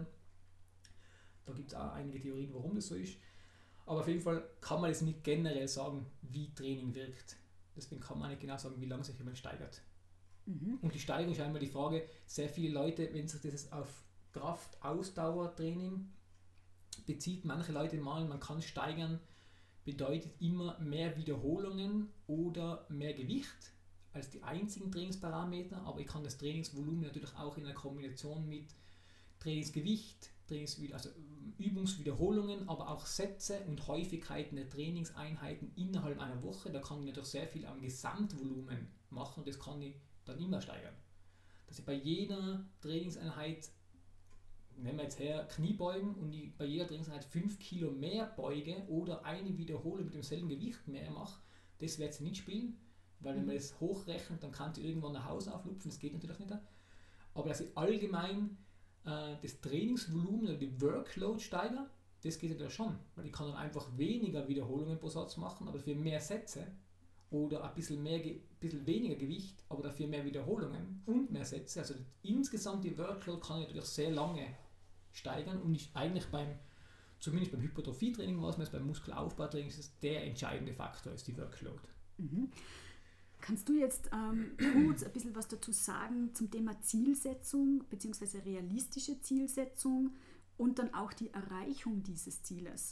Da gibt es auch einige Theorien, warum das so ist. Aber auf jeden Fall kann man jetzt nicht generell sagen, wie Training wirkt. Deswegen kann man nicht genau sagen, wie lange sich jemand steigert. Mhm. Und die Steigerung ist einmal die Frage, sehr viele Leute, wenn sich das auf Kraft-Ausdauer-Training bezieht, manche Leute malen, man kann steigern, bedeutet immer mehr Wiederholungen oder mehr Gewicht als die einzigen Trainingsparameter, aber ich kann das Trainingsvolumen natürlich auch in einer Kombination mit Trainingsgewicht, Trainings, also Übungswiederholungen, aber auch Sätze und Häufigkeiten der Trainingseinheiten innerhalb einer Woche. Da kann ich natürlich sehr viel am Gesamtvolumen machen und das kann ich dann immer steigern. Dass ich bei jeder Trainingseinheit, nehmen wir jetzt her Kniebeugen, und ich bei jeder Trainingseinheit fünf Kilo mehr beuge oder eine Wiederholung mit demselben Gewicht mehr mache, das wird sie nicht spielen, weil wenn man das hochrechnet, dann kann sie irgendwann nach Hause auflupfen, das geht natürlich nicht. Aber dass ich allgemein das Trainingsvolumen oder die Workload steigern, das geht ja schon, weil ich kann dann einfach weniger Wiederholungen pro Satz machen, aber dafür mehr Sätze, oder ein bisschen, mehr, ein bisschen weniger Gewicht, aber dafür mehr Wiederholungen und mehr Sätze. Also insgesamt die Workload kann ich natürlich sehr lange steigern und ich eigentlich beim zumindest beim Hypertrophietraining war es mir, beim Muskelaufbautraining ist es der entscheidende Faktor, ist die Workload. Mhm. Kannst du jetzt ähm, kurz ein bisschen was dazu sagen zum Thema Zielsetzung bzw. realistische Zielsetzung und dann auch die Erreichung dieses Zieles?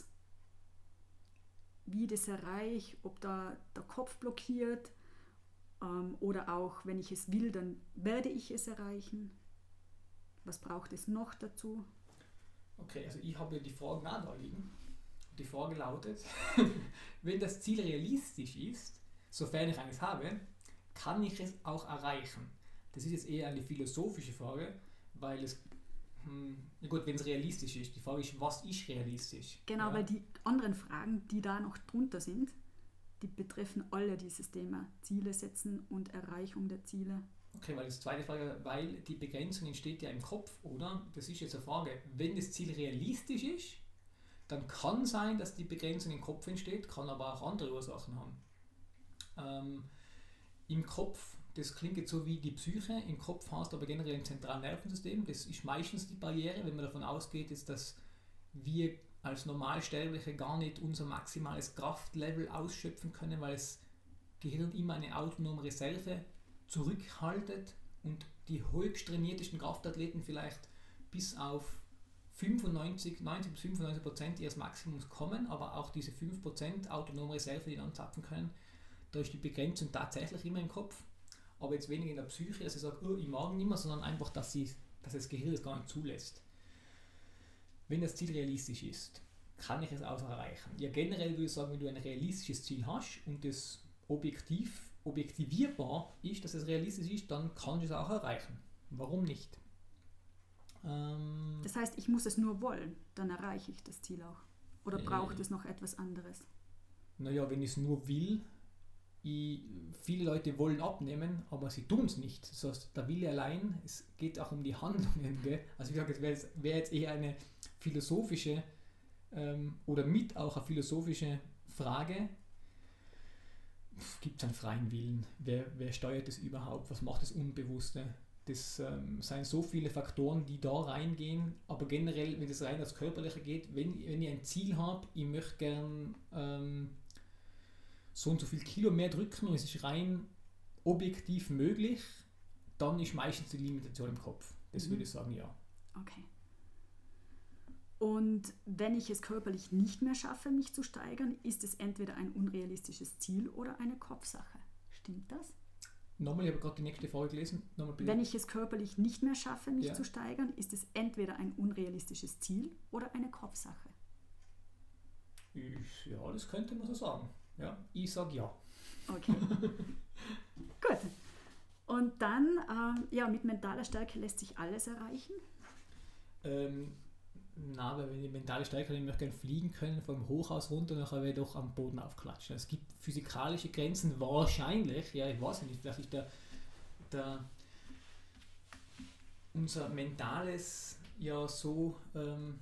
Wie ich das erreiche, ob da der Kopf blockiert ähm, oder auch, wenn ich es will, dann werde ich es erreichen. Was braucht es noch dazu? Okay, also ich habe ja die Fragen auch da liegen. Die Frage lautet, wenn das Ziel realistisch ist, sofern ich eines habe, kann ich es auch erreichen? Das ist jetzt eher eine philosophische Frage, weil es, hm, ja gut, wenn es realistisch ist, die Frage ist, was ist realistisch? Genau, ja. weil die anderen Fragen, die da noch drunter sind, die betreffen alle dieses Thema Ziele setzen und Erreichung der Ziele. Okay, weil das zweite Frage, weil die Begrenzung entsteht ja im Kopf, oder? Das ist jetzt eine Frage, wenn das Ziel realistisch ist, dann kann sein, dass die Begrenzung im Kopf entsteht, kann aber auch andere Ursachen haben. Ähm, Im Kopf, das klingt jetzt so wie die Psyche, im Kopf heißt aber generell im zentralen Nervensystem, das ist meistens die Barriere, wenn man davon ausgeht, ist, dass wir als Normalsterbliche gar nicht unser maximales Kraftlevel ausschöpfen können, weil das Gehirn immer eine autonome Reserve zurückhaltet und die höchst trainiertesten Kraftathleten vielleicht bis auf fünfundneunzig, neunzig bis fünfundneunzig Prozent ihres Maximums kommen, aber auch diese fünf Prozent autonome Reserve, die dann zapfen können, da ist die Begrenzung tatsächlich immer im Kopf, aber jetzt weniger in der Psyche, dass ich sage, oh, ich mag nicht mehr, sondern einfach, dass, sie, dass das Gehirn es gar nicht zulässt. Wenn das Ziel realistisch ist, kann ich es auch erreichen. Ja, generell würde ich sagen, wenn du ein realistisches Ziel hast und das objektiv objektivierbar ist, dass es realistisch ist, dann kannst du es auch erreichen. Warum nicht? Ähm, das heißt, ich muss es nur wollen, dann erreiche ich das Ziel auch. Oder äh, braucht es noch etwas anderes? Naja, wenn ich es nur will, ich, viele Leute wollen abnehmen, aber sie tun es nicht. Das heißt, der Wille allein, es geht auch um die Handlungen. Gell? Also wie gesagt, es wäre jetzt, wär jetzt eher eine philosophische ähm, oder mit auch eine philosophische Frage. Gibt es einen freien Willen? Wer, wer steuert das überhaupt? Was macht das Unbewusste? Das ähm, sind so viele Faktoren, die da reingehen, aber generell, wenn es rein aufs Körperliche geht, wenn, wenn ich ein Ziel habe, ich möchte gern ähm, so und so viel Kilo mehr drücken und es ist rein objektiv möglich, dann ist meistens die Limitation im Kopf. Das mhm. würde ich sagen, ja. Okay. Und wenn ich es körperlich nicht mehr schaffe, mich zu steigern, ist es entweder ein unrealistisches Ziel oder eine Kopfsache. Stimmt das? Nochmal, ich habe gerade die nächste Frage gelesen. Nochmal bitte. Wenn ich es körperlich nicht mehr schaffe, mich ja. zu steigern, ist es entweder ein unrealistisches Ziel oder eine Kopfsache. Ich, ja, das könnte man so sagen. Ja, ich sage ja. Okay. Gut. Und dann, ähm, ja, mit mentaler Stärke lässt sich alles erreichen? Ähm, na, weil wenn ich mentale Stärke habe, ich möchte gerne fliegen können, vom Hochhaus runter und nachher werde ich doch am Boden aufklatschen. Es gibt physikalische Grenzen, wahrscheinlich, ja, ich weiß nicht, vielleicht ist der, der unser Mentales ja so ähm,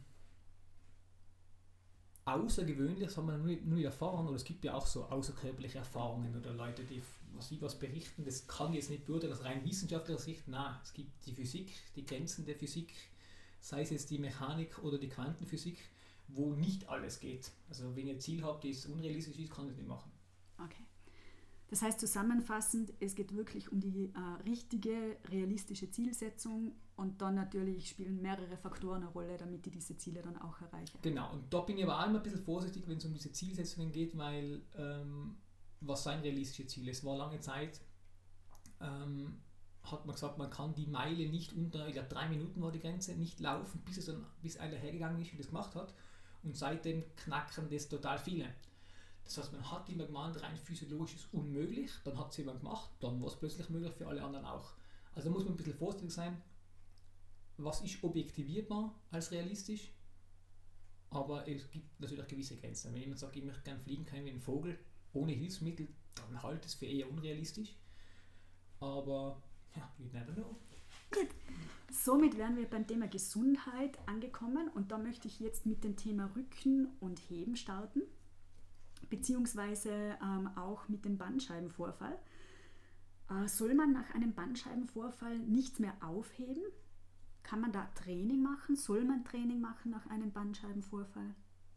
außergewöhnlich, das haben wir nur, nur erfahren, oder es gibt ja auch so außerkörperliche Erfahrungen oder Leute, die was sie was berichten, das kann ich jetzt nicht beurteilen aus rein wissenschaftlicher Sicht, nein, es gibt die Physik, die Grenzen der Physik, sei es jetzt die Mechanik oder die Quantenphysik, wo nicht alles geht. Also wenn ihr ein Ziel habt, das unrealistisch ist, kann ich das nicht machen. Okay. Das heißt zusammenfassend, es geht wirklich um die äh, richtige, realistische Zielsetzung und dann natürlich spielen mehrere Faktoren eine Rolle, damit ich diese Ziele dann auch erreiche. Genau, und da bin ich aber auch immer ein bisschen vorsichtig, wenn es um diese Zielsetzungen geht, weil ähm, was sein realistische Ziel ist. Es war lange Zeit, ähm, hat man gesagt, man kann die Meile nicht unter, ich glaube drei Minuten war die Grenze, nicht laufen, bis es dann, bis einer hergegangen ist und das gemacht hat. Und seitdem knacken das total viele. Das heißt, man hat immer gemeint, rein physiologisch ist unmöglich, dann hat es jemand gemacht, dann war es plötzlich möglich für alle anderen auch. Also da muss man ein bisschen vorsichtig sein, was ist objektivierbar als realistisch, aber es gibt natürlich gewisse Grenzen. Wenn jemand sagt, ich möchte gerne fliegen können wie ein Vogel, ohne Hilfsmittel, dann halte ich es für eher unrealistisch. Aber ja, you never know. Gut. Somit wären wir beim Thema Gesundheit angekommen und da möchte ich jetzt mit dem Thema Rücken und Heben starten, beziehungsweise ähm, auch mit dem Bandscheibenvorfall. Äh, soll man nach einem Bandscheibenvorfall nichts mehr aufheben? Kann man da Training machen? Soll man Training machen nach einem Bandscheibenvorfall?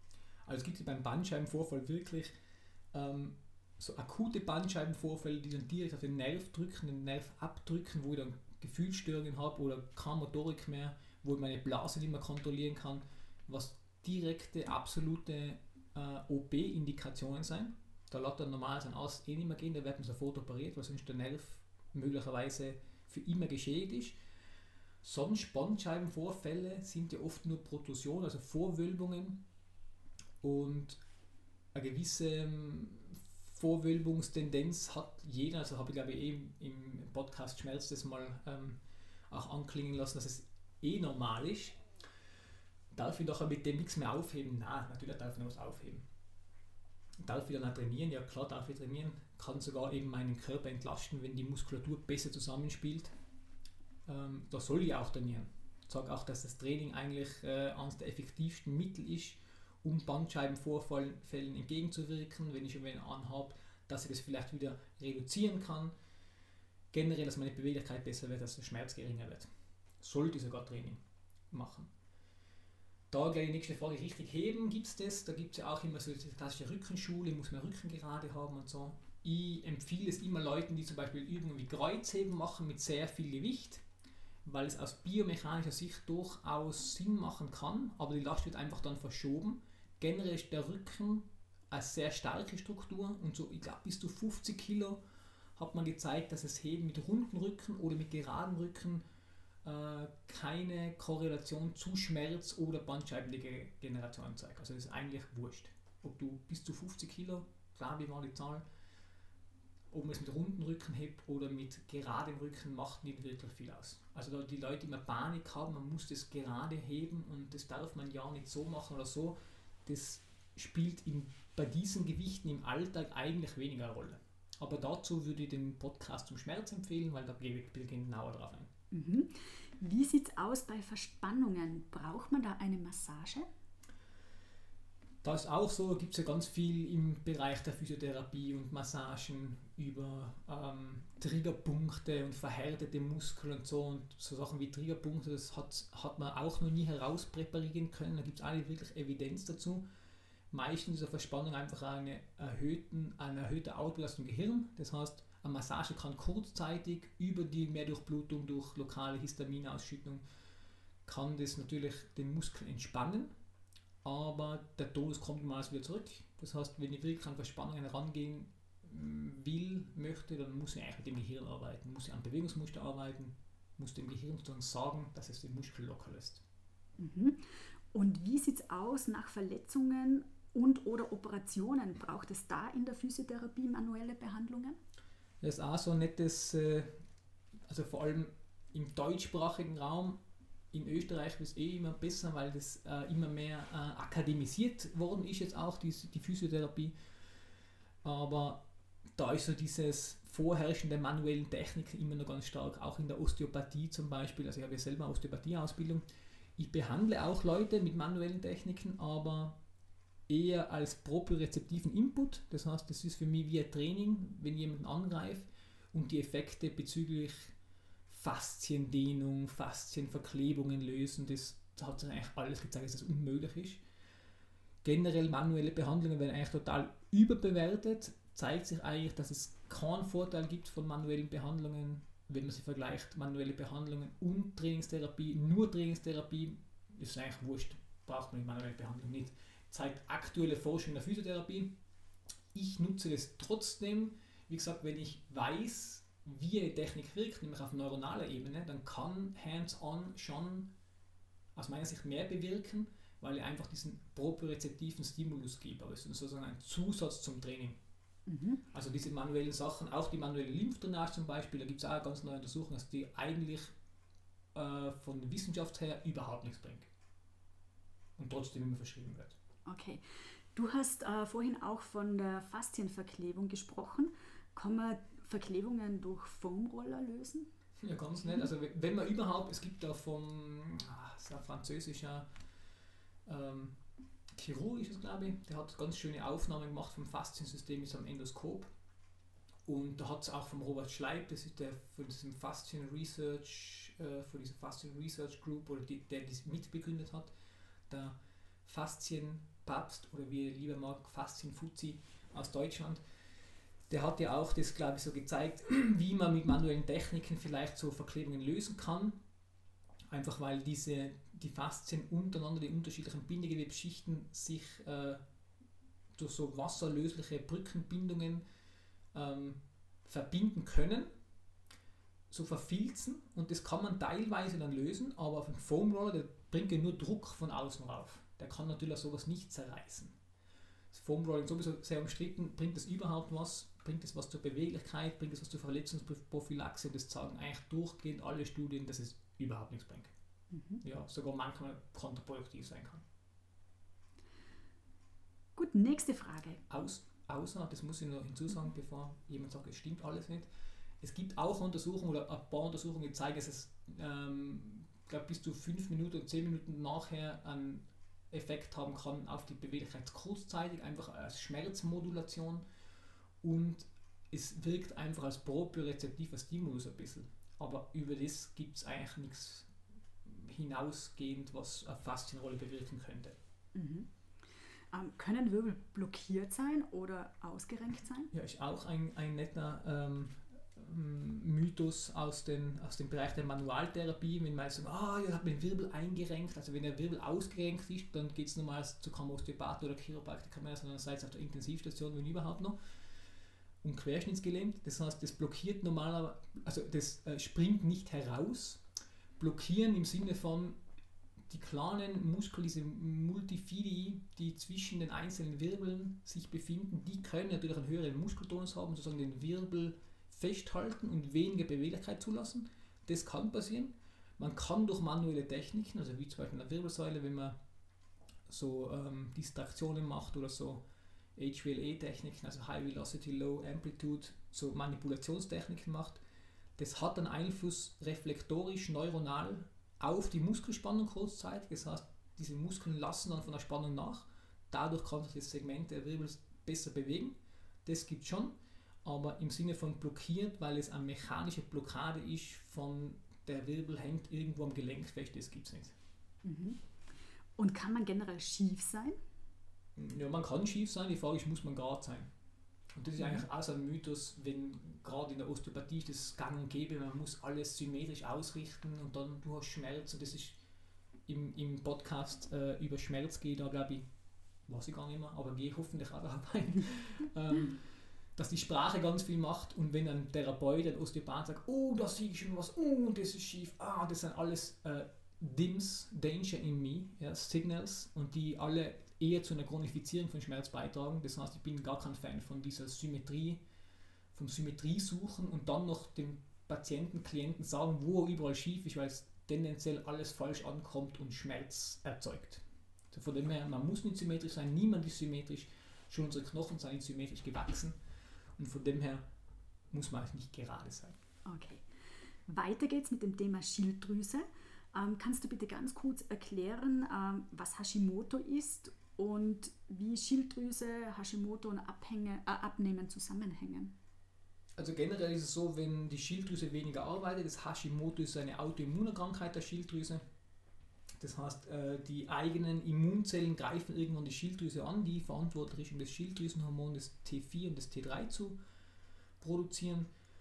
Also es gibt beim Bandscheibenvorfall wirklich ähm, so akute Bandscheibenvorfälle, die dann direkt auf den Nerv drücken, den Nerv abdrücken, wo ich dann Gefühlsstörungen habe oder keine Motorik mehr, wo ich meine Blase nicht mehr kontrollieren kann, was direkte, absolute äh, O P-Indikationen sein. Da lässt dann normal sein Aus eh nicht mehr gehen, da wird man sofort operiert, weil sonst der Nerv möglicherweise für immer geschädigt ist. Sonst Bandscheibenvorfälle sind ja oft nur Protrusion, also Vorwölbungen, und eine gewisse Vorwölbungstendenz hat jeder, also habe ich glaube ich eben im Podcast Schmerz das mal ähm, auch anklingen lassen, dass es eh normal ist. Darf ich doch mit dem nichts mehr aufheben? Nein, natürlich darf ich noch was aufheben. Darf ich dann auch trainieren? Ja klar darf ich trainieren, kann sogar eben meinen Körper entlasten, wenn die Muskulatur besser zusammenspielt. Ähm, da soll ich auch trainieren. Ich sage auch, dass das Training eigentlich äh, eines der effektivsten Mittel ist, um Bandscheibenvorfällen entgegenzuwirken, wenn ich schon einen anhabe, dass ich das vielleicht wieder reduzieren kann. Generell, dass meine Beweglichkeit besser wird, dass der Schmerz geringer wird. Sollte ich sogar Training machen. Da gleich die nächste Frage, richtig heben, gibt es das? Da gibt es ja auch immer so die klassische Rückenschule, muss man Rücken gerade haben und so. Ich empfehle es immer Leuten, die zum Beispiel Übungen wie Kreuzheben machen mit sehr viel Gewicht, weil es aus biomechanischer Sicht durchaus Sinn machen kann, aber die Last wird einfach dann verschoben. Generell ist der Rücken eine sehr starke Struktur und so, ich glaube, bis zu fünfzig Kilo hat man gezeigt, dass das Heben mit runden Rücken oder mit geradem Rücken äh, keine Korrelation zu Schmerz oder Bandscheibendegeneration zeigt. Also das ist eigentlich wurscht. Ob du bis zu fünfzig Kilo, glaube ich war die Zahl, ob man es mit runden Rücken hebt oder mit geradem Rücken, macht nicht wirklich viel aus. Also da die Leute immer Panik haben, man muss das gerade heben und das darf man ja nicht so machen oder so, das spielt in, bei diesen Gewichten im Alltag eigentlich weniger Rolle. Aber dazu würde ich den Podcast zum Schmerz empfehlen, weil da gehe ich genauer drauf ein. Mhm. Wie sieht es aus bei Verspannungen? Braucht man da eine Massage? Da ist auch so, gibt es ja ganz viel im Bereich der Physiotherapie und Massagen über ähm, Triggerpunkte und verhärtete Muskeln und so, und so Sachen wie Triggerpunkte, das hat, hat man auch noch nie herauspräparieren können. Da gibt es alle wirklich Evidenz dazu. Meistens ist eine Verspannung einfach eine, erhöhten, eine erhöhte Ausbelastung im Gehirn. Das heißt, eine Massage kann kurzzeitig über die Mehrdurchblutung durch lokale Histaminausschüttung kann das natürlich den Muskel entspannen, aber der Tonus kommt niemals wieder zurück. Das heißt, wenn ich wirklich an Verspannungen herangehen will, möchte, dann muss ich eigentlich mit dem Gehirn arbeiten, muss ich an Bewegungsmuster arbeiten, muss dem Gehirn dann sagen, dass es den Muskel locker lässt. Mhm. Und wie sieht es aus nach Verletzungen und oder Operationen? Braucht es da in der Physiotherapie manuelle Behandlungen? Das ist auch so ein nettes, also vor allem im deutschsprachigen Raum, in Österreich wird es eh immer besser, weil das äh, immer mehr äh, akademisiert worden ist jetzt auch, die, die Physiotherapie. Aber da ist so dieses Vorherrschen der manuellen Technik immer noch ganz stark, auch in der Osteopathie zum Beispiel. Also ich habe ja selber eine Osteopathie-Ausbildung. Ich behandle auch Leute mit manuellen Techniken, aber eher als propriozeptiven Input. Das heißt, das ist für mich wie ein Training, wenn jemand angreift, und die Effekte bezüglich Fasziendehnung, Faszienverklebungen lösen, das hat sich eigentlich alles gezeigt, dass das unmöglich ist. Generell manuelle Behandlungen werden eigentlich total überbewertet. Zeigt sich eigentlich, dass es keinen Vorteil gibt von manuellen Behandlungen, wenn man sie vergleicht, manuelle Behandlungen und Trainingstherapie. Nur Trainingstherapie ist eigentlich wurscht, braucht man die manuelle Behandlung nicht. Zeigt aktuelle Forschung in der Physiotherapie. Ich nutze das trotzdem, wie gesagt, wenn ich weiß, wie eine Technik wirkt, nämlich auf neuronaler Ebene, dann kann Hands-on schon aus meiner Sicht mehr bewirken, weil ich einfach diesen propriozeptiven Stimulus gebe. Aber es ist sozusagen ein Zusatz zum Training. Mhm. Also diese manuellen Sachen, auch die manuelle Lymphdrainage zum Beispiel, da gibt es auch ganz neue Untersuchungen, dass die eigentlich äh, von der Wissenschaft her überhaupt nichts bringt. Und trotzdem immer verschrieben wird. Okay. Du hast äh, vorhin auch von der Faszienverklebung gesprochen. Kann man Verklebungen durch Foamroller lösen? Ja, ganz nett. Also wenn man überhaupt, es gibt da vom ah, ist ein französischer ähm, Chirurg, ist es, glaube ich, der hat ganz schöne Aufnahmen gemacht vom Fasziensystem mit so einem Endoskop. Und da hat es auch vom Robert Schleib, das ist der von diesem Faszien Research, äh, von dieser Faszien Research Group, oder die, der das mitbegründet hat, der Faszien Papst oder wie er lieber mag, Faszien Fuzzi aus Deutschland, der hat ja auch das, glaube ich, so gezeigt, wie man mit manuellen Techniken vielleicht so Verklebungen lösen kann. Einfach weil diese, die Faszien untereinander, die unterschiedlichen Bindegewebsschichten sich äh, durch so wasserlösliche Brückenbindungen ähm, verbinden können, so verfilzen, und das kann man teilweise dann lösen, aber auf einem Foam Roller, der bringt ja nur Druck von außen rauf. Der kann natürlich auch sowas nicht zerreißen. Das Foam Rolling ist sowieso sehr umstritten. Bringt das überhaupt was? Bringt es was zur Beweglichkeit? Bringt es was zur Verletzungsprophylaxe? Das sagen eigentlich durchgehend alle Studien, dass es überhaupt nichts bringt. Mhm. Ja, sogar manchmal kontraproduktiv sein kann. Gut, nächste Frage. Aus, außer, das muss ich noch hinzusagen, bevor jemand sagt, es stimmt alles nicht. Es gibt auch Untersuchungen oder ein paar Untersuchungen, die zeigen, dass es ähm, glaub, bis zu fünf Minuten oder zehn Minuten nachher einen Effekt haben kann auf die Beweglichkeit kurzzeitig, einfach als Schmerzmodulation, und es wirkt einfach als propriozeptiver Stimulus ein bisschen. Aber über das gibt es eigentlich nichts hinausgehend, was eine Faszienrolle bewirken könnte. Mhm. Ähm, können Wirbel blockiert sein oder ausgerenkt sein? Ja, ist auch ein, ein netter ähm, Mythos aus, den, aus dem Bereich der Manualtherapie, wenn man sagt, ah, ich habe den Wirbel eingerenkt. Also wenn der Wirbel ausgerenkt ist, dann geht es normalerweise zu keinem Osteopath oder Chiropraktiker mehr, sondern sei es auf der Intensivstation, wenn überhaupt noch, und querschnittsgelähmt. Das heißt, das blockiert normalerweise, also das äh, springt nicht heraus. Blockieren im Sinne von die kleinen Muskeln, diese Multifidi, die zwischen den einzelnen Wirbeln sich befinden, die können natürlich einen höheren Muskeltonus haben, sozusagen den Wirbel festhalten und weniger Beweglichkeit zulassen. Das kann passieren. Man kann durch manuelle Techniken, also wie zum Beispiel in der Wirbelsäule, wenn man so ähm, Distraktionen macht oder so H V L E-Techniken, also High Velocity, Low Amplitude, so Manipulationstechniken macht, das hat einen Einfluss reflektorisch, neuronal auf die Muskelspannung kurzzeitig. Das heißt, diese Muskeln lassen dann von der Spannung nach. Dadurch kann sich das Segment der Wirbel besser bewegen. Das gibt es schon. Aber im Sinne von blockiert, weil es eine mechanische Blockade ist, von der Wirbel hängt irgendwo am Gelenk fest, das gibt es nicht. Mhm. Und kann man generell schief sein? Ja, man kann schief sein, die Frage ist, muss man gerade sein? Und das ist mhm. eigentlich auch so ein Mythos, wenn gerade in der Osteopathie das gang und gäbe, man muss alles symmetrisch ausrichten und dann du hast Schmerz, und das ist im, im Podcast äh, über Schmerz geht, da glaube ich, weiß ich gar nicht mehr, aber gehe hoffentlich auch dabei. ähm, dass die Sprache ganz viel macht, und wenn ein Therapeut, ein Osteopath sagt, oh, da sehe ich schon was, oh, das ist schief, ah, das sind alles äh, D I Ms, Danger in Me, ja, Signals, und die alle eher zu einer Chronifizierung von Schmerz beitragen. Das heißt, ich bin gar kein Fan von dieser Symmetrie, vom Symmetriesuchen und dann noch dem Patienten, Klienten sagen, wo er überall schief ist, weil es tendenziell alles falsch ankommt und Schmerz erzeugt. Also von dem her, man muss nicht symmetrisch sein, niemand ist symmetrisch, schon unsere Knochen sind nicht symmetrisch gewachsen. Und von dem her muss man nicht gerade sein. Okay. Weiter geht's mit dem Thema Schilddrüse. Ähm, kannst du bitte ganz kurz erklären, ähm, was Hashimoto ist und wie Schilddrüse, Hashimoto und Abhänge, äh, Abnehmen zusammenhängen? Also generell ist es so, wenn die Schilddrüse weniger arbeitet, das Hashimoto ist eine Autoimmunerkrankheit der Schilddrüse. Das heißt, äh, die eigenen Immunzellen greifen irgendwann die Schilddrüse an, die verantwortlich ist, um das Schilddrüsenhormon, das T vier und das T drei zu produzieren.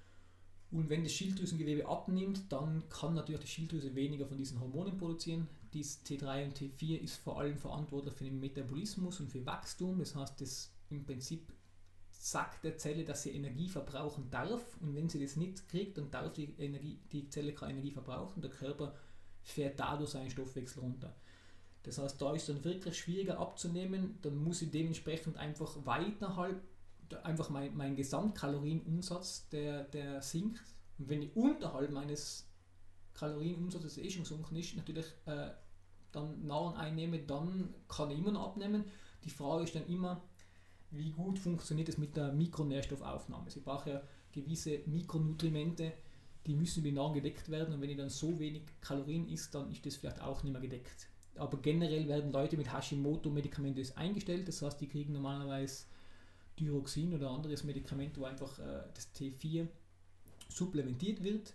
Und wenn das Schilddrüsengewebe abnimmt, dann kann natürlich die Schilddrüse weniger von diesen Hormonen produzieren. Dies T drei und T vier ist vor allem verantwortlich für den Metabolismus und für Wachstum. Das heißt, das im Prinzip sagt der Zelle, dass sie Energie verbrauchen darf. Und wenn sie das nicht kriegt, dann darf die, Energie, die Zelle keine Energie verbrauchen. Der Körper fährt dadurch seinen Stoffwechsel runter. Das heißt, da ist es dann wirklich schwieriger abzunehmen. Dann muss ich dementsprechend einfach weiter halt einfach mein, mein Gesamtkalorienumsatz, der, der sinkt. Und wenn ich unterhalb meines Kalorienumsatzes eh schon gesunken ist, natürlich äh, dann Nahrung einnehme, dann kann ich immer noch abnehmen. Die Frage ist dann immer, wie gut funktioniert es mit der Mikronährstoffaufnahme. Ich brauche ja gewisse Mikronutrimente, die müssen mit Nahrung gedeckt werden, und wenn ich dann so wenig Kalorien isst, dann ist das vielleicht auch nicht mehr gedeckt. Aber generell werden Leute mit Hashimoto medikamentös eingestellt, das heißt, die kriegen normalerweise Thyroxin oder anderes Medikament, wo einfach äh, das T vier supplementiert wird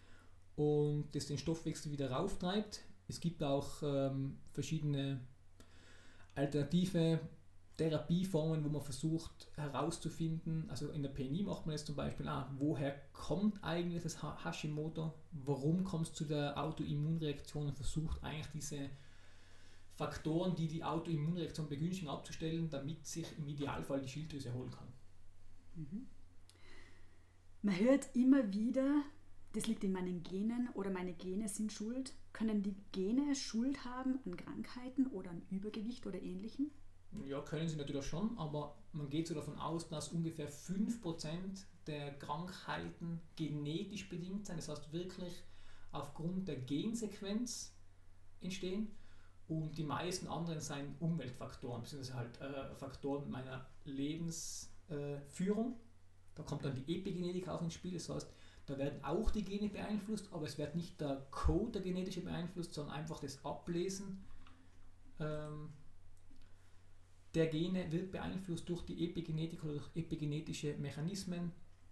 und das den Stoffwechsel wieder rauftreibt. Es gibt auch ähm, verschiedene alternative Therapieformen, wo man versucht herauszufinden, also in der P N I macht man jetzt zum Beispiel, ah, woher kommt eigentlich das Hashimoto, warum kommt es zu der Autoimmunreaktion und versucht eigentlich diese Faktoren, die die Autoimmunreaktion begünstigen, abzustellen, damit sich im Idealfall die Schilddrüse erholen kann. Mhm. Man hört immer wieder, das liegt in meinen Genen oder meine Gene sind schuld. Können die Gene Schuld haben an Krankheiten oder an Übergewicht oder Ähnlichem? Ja, können sie natürlich schon, aber man geht so davon aus, dass ungefähr fünf Prozent der Krankheiten genetisch bedingt sind, das heißt wirklich aufgrund der Gensequenz entstehen, und die meisten anderen sind Umweltfaktoren, beziehungsweise halt äh, Faktoren meiner Lebensführung. Äh, da kommt dann die Epigenetik auch ins Spiel, das heißt, da werden auch die Gene beeinflusst, aber es wird nicht der Code, der genetische beeinflusst, sondern einfach das Ablesen ähm, der Gene wird beeinflusst durch die Epigenetik oder durch epigenetische Mechanismen.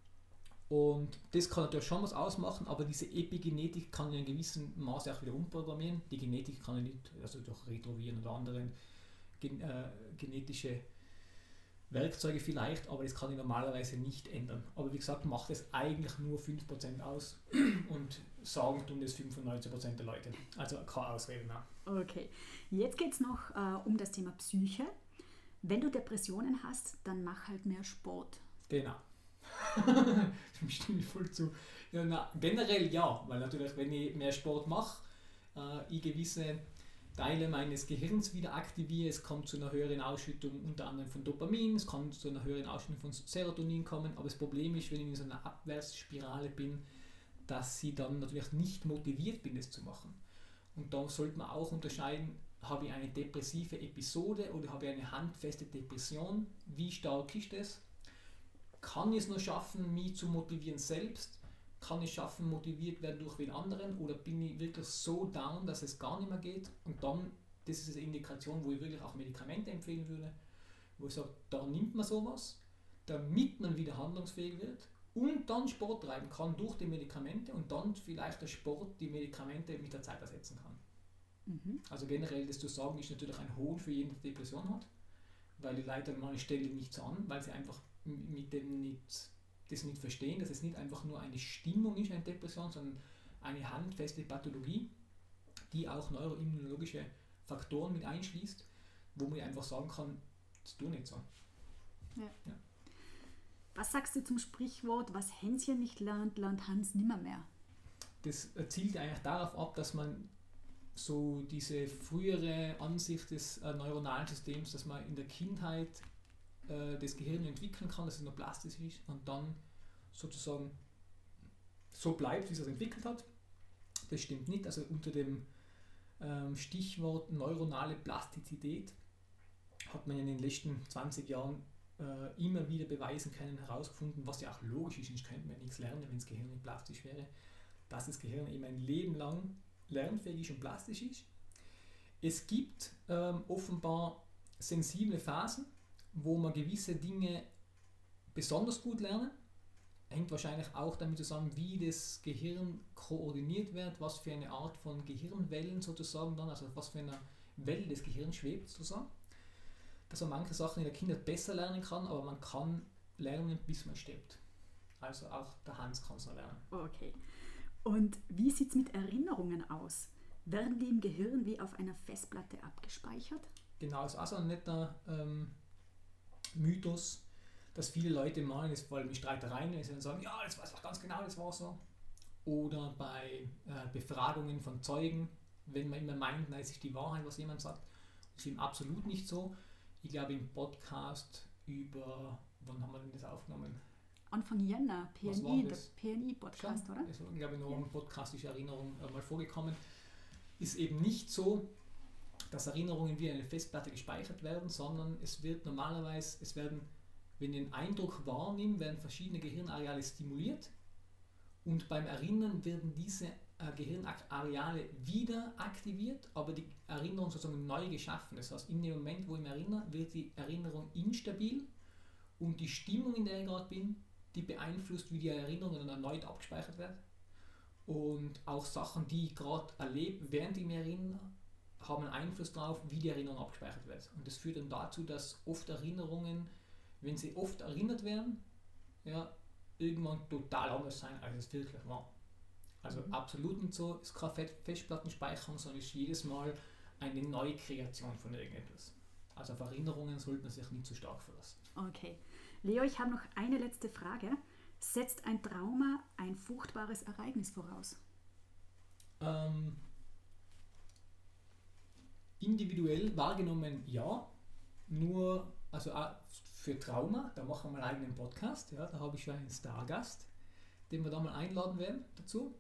Und das kann natürlich schon was ausmachen, aber diese Epigenetik kann in einem gewissen Maße auch wieder umprogrammieren. Die Genetik kann ja nicht, also durch Retroviren oder andere gen, äh, genetische Werkzeuge vielleicht, aber das kann ich normalerweise nicht ändern. Aber wie gesagt, macht es eigentlich nur fünf Prozent aus und sagen tun das fünfundneunzig Prozent der Leute. Also keine Ausrede mehr. Okay, jetzt geht es noch äh, um das Thema Psyche. Wenn du Depressionen hast, dann mach halt mehr Sport. Genau. Dem stimme ich voll zu. Ja, na, generell ja, weil natürlich, wenn ich mehr Sport mache, äh, ich gewisse Teile meines Gehirns wieder aktiviere, es kommt zu einer höheren Ausschüttung unter anderem von Dopamin, es kann zu einer höheren Ausschüttung von Serotonin kommen, aber das Problem ist, wenn ich in so einer Abwärtsspirale bin, dass ich dann natürlich nicht motiviert bin, das zu machen. Und da sollte man auch unterscheiden, habe ich eine depressive Episode oder habe ich eine handfeste Depression? Wie stark ist das? Kann ich es nur schaffen, mich zu motivieren selbst? Kann ich es schaffen, motiviert werden durch wen anderen? Oder bin ich wirklich so down, dass es gar nicht mehr geht? Und dann, das ist eine Indikation, wo ich wirklich auch Medikamente empfehlen würde, wo ich sage, da nimmt man sowas, damit man wieder handlungsfähig wird und dann Sport treiben kann durch die Medikamente und dann vielleicht der Sport die Medikamente mit der Zeit ersetzen kann. Mhm. Also generell das zu sagen, ist natürlich ein Hohn für jeden, der Depression hat, weil die Leute an mancher Stelle nicht so an, weil sie einfach mit dem nicht, das nicht verstehen, dass es nicht einfach nur eine Stimmung ist, eine Depression, sondern eine handfeste Pathologie, die auch neuroimmunologische Faktoren mit einschließt, wo man einfach sagen kann, das tut nicht so. Ja. Ja. Was sagst du zum Sprichwort, was Hänschen nicht lernt, lernt Hans nimmermehr? Das zielt eigentlich darauf ab, dass man so diese frühere Ansicht des äh, neuronalen Systems, dass man in der Kindheit äh, das Gehirn entwickeln kann, dass es noch plastisch ist und dann sozusagen so bleibt, wie es es entwickelt hat. Das stimmt nicht. Also unter dem ähm, Stichwort neuronale Plastizität hat man in den letzten zwanzig Jahren äh, immer wieder beweisen können, herausgefunden, was ja auch logisch ist, sonst könnte man nichts lernen, wenn das Gehirn nicht plastisch wäre, dass das Gehirn eben ein Leben lang lernfähig ist und plastisch ist. Es gibt ähm, offenbar sensible Phasen, wo man gewisse Dinge besonders gut lernen. Hängt wahrscheinlich auch damit zusammen, wie das Gehirn koordiniert wird, was für eine Art von Gehirnwellen sozusagen dann, also was für eine Welle des Gehirns schwebt sozusagen. Dass man manche Sachen in der Kindheit besser lernen kann, aber man kann lernen, bis man stirbt. Also auch der Hans kann es noch lernen. Okay. Und wie sieht es mit Erinnerungen aus? Werden die im Gehirn wie auf einer Festplatte abgespeichert? Genau, das ist also ein netter ähm, Mythos, dass viele Leute meinen, es vor allem in Streitereien, wenn sie dann sagen, ja, das weiß ich ganz genau, das war so. Oder bei äh, Befragungen von Zeugen, wenn man immer meint, nein, es ist die Wahrheit, was jemand sagt. Das ist eben absolut nicht so. Ich glaube, im Podcast über, wann haben wir denn das aufgenommen? Anfang Jänner, P N I, der P N I-Podcast, oder? Also, ich glaube, noch ja. Eine podcastische Erinnerung äh, mal vorgekommen. Ist eben nicht so, dass Erinnerungen wie eine Festplatte gespeichert werden, sondern es wird normalerweise, es werden, wenn ich einen Eindruck wahrnehme, werden verschiedene Gehirnareale stimuliert und beim Erinnern werden diese äh, Gehirnareale wieder aktiviert, aber die Erinnerung sozusagen neu geschaffen. Das heißt, in dem Moment, wo ich mich erinnere, wird die Erinnerung instabil und die Stimmung, in der ich gerade bin, die beeinflusst, wie die Erinnerung dann erneut abgespeichert wird. Und auch Sachen, die ich gerade erlebe, während ich mich erinnere, haben einen Einfluss darauf, wie die Erinnerung abgespeichert wird. Und das führt dann dazu, dass oft Erinnerungen, wenn sie oft erinnert werden, ja, irgendwann total anders sein, als es wirklich war. Also mhm. absolut nicht so, ist keine Festplattenspeicherung, sondern ist jedes Mal eine neue Kreation von irgendetwas. Also auf Erinnerungen sollte man sich nicht zu stark verlassen. Okay. Leo, ich habe noch eine letzte Frage. Setzt ein Trauma ein furchtbares Ereignis voraus? Ähm, individuell wahrgenommen ja, nur also auch für Trauma, da machen wir mal einen eigenen Podcast, ja, da habe ich schon einen Stargast, den wir da mal einladen werden dazu.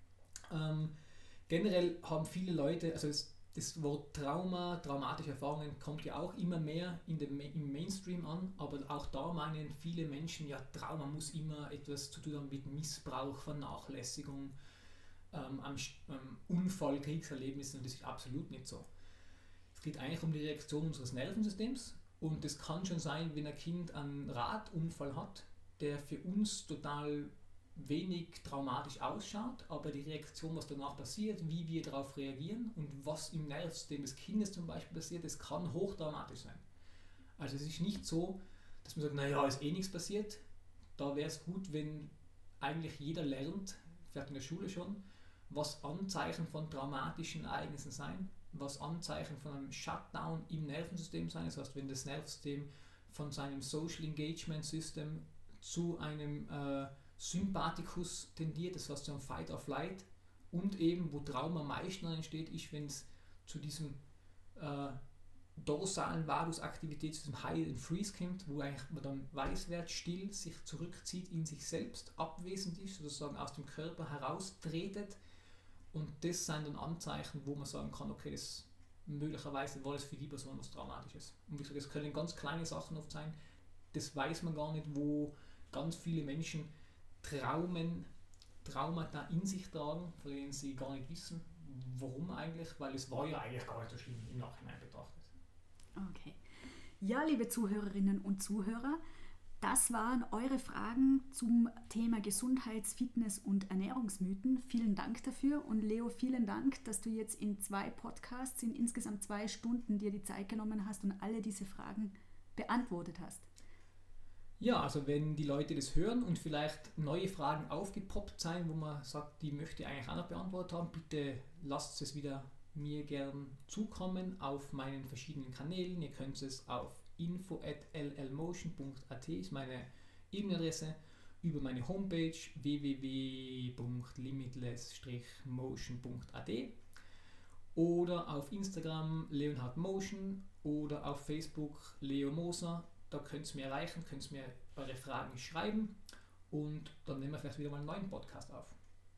Ähm, generell haben viele Leute, also es, das Wort Trauma, traumatische Erfahrungen kommt ja auch immer mehr in dem, im Mainstream an, aber auch da meinen viele Menschen, ja, Trauma muss immer etwas zu tun haben mit Missbrauch, Vernachlässigung, ähm, am, am Unfall, Kriegserlebnissen, und das ist absolut nicht so. Es geht eigentlich um die Reaktion unseres Nervensystems, und das kann schon sein, wenn ein Kind einen Radunfall hat, der für uns total wenig traumatisch ausschaut, aber die Reaktion, was danach passiert, wie wir darauf reagieren und was im Nervensystem des Kindes zum Beispiel passiert, das kann hochdramatisch sein. Also es ist nicht so, dass man sagt, naja, ist eh nichts passiert. Da wäre es gut, wenn eigentlich jeder lernt, vielleicht in der Schule schon, was Anzeichen von traumatischen Ereignissen sein, was Anzeichen von einem Shutdown im Nervensystem sein. Das heißt, wenn das Nervensystem von seinem Social Engagement System zu einem äh, Sympathikus tendiert, das heißt zu einem Fight or Flight, und eben wo Trauma am meisten entsteht, ist, wenn es zu diesem äh, dorsalen Vagusaktivität, zu diesem Hide and Freeze kommt, wo eigentlich man dann weiß wird, still sich zurückzieht in sich selbst, abwesend ist, sozusagen aus dem Körper heraustretet, und das sind dann Anzeichen, wo man sagen kann, okay, das möglicherweise war das für die Person was Traumatisches. Und wie gesagt, das können ganz kleine Sachen oft sein, das weiß man gar nicht, wo ganz viele Menschen Traumen, Traumata in sich tragen, von denen sie gar nicht wissen, warum eigentlich, weil es war ja eigentlich gar nicht so schlimm im Nachhinein betrachtet. Okay. Ja, liebe Zuhörerinnen und Zuhörer, das waren eure Fragen zum Thema Gesundheits-, Fitness- und Ernährungsmythen. Vielen Dank dafür, und Leo, vielen Dank, dass du jetzt in zwei Podcasts, in insgesamt zwei Stunden dir die Zeit genommen hast und alle diese Fragen beantwortet hast. Ja, also wenn die Leute das hören und vielleicht neue Fragen aufgepoppt sein, wo man sagt, die möchte ich eigentlich auch noch beantwortet haben, bitte lasst es wieder mir gern zukommen auf meinen verschiedenen Kanälen. Ihr könnt es auf info at l l motion punkt a t ist meine E-Mail-Adresse, über meine Homepage w w w punkt limitless motion punkt a t oder auf Instagram Leonhard Motion oder auf Facebook Leo Moser. Da könnt ihr mir erreichen, könnt ihr mir eure Fragen schreiben, und dann nehmen wir vielleicht wieder mal einen neuen Podcast auf.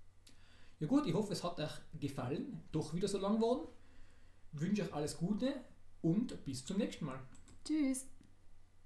Ja gut, ich hoffe, es hat euch gefallen, doch wieder so lang geworden. Ich wünsche euch alles Gute und bis zum nächsten Mal. Tschüss!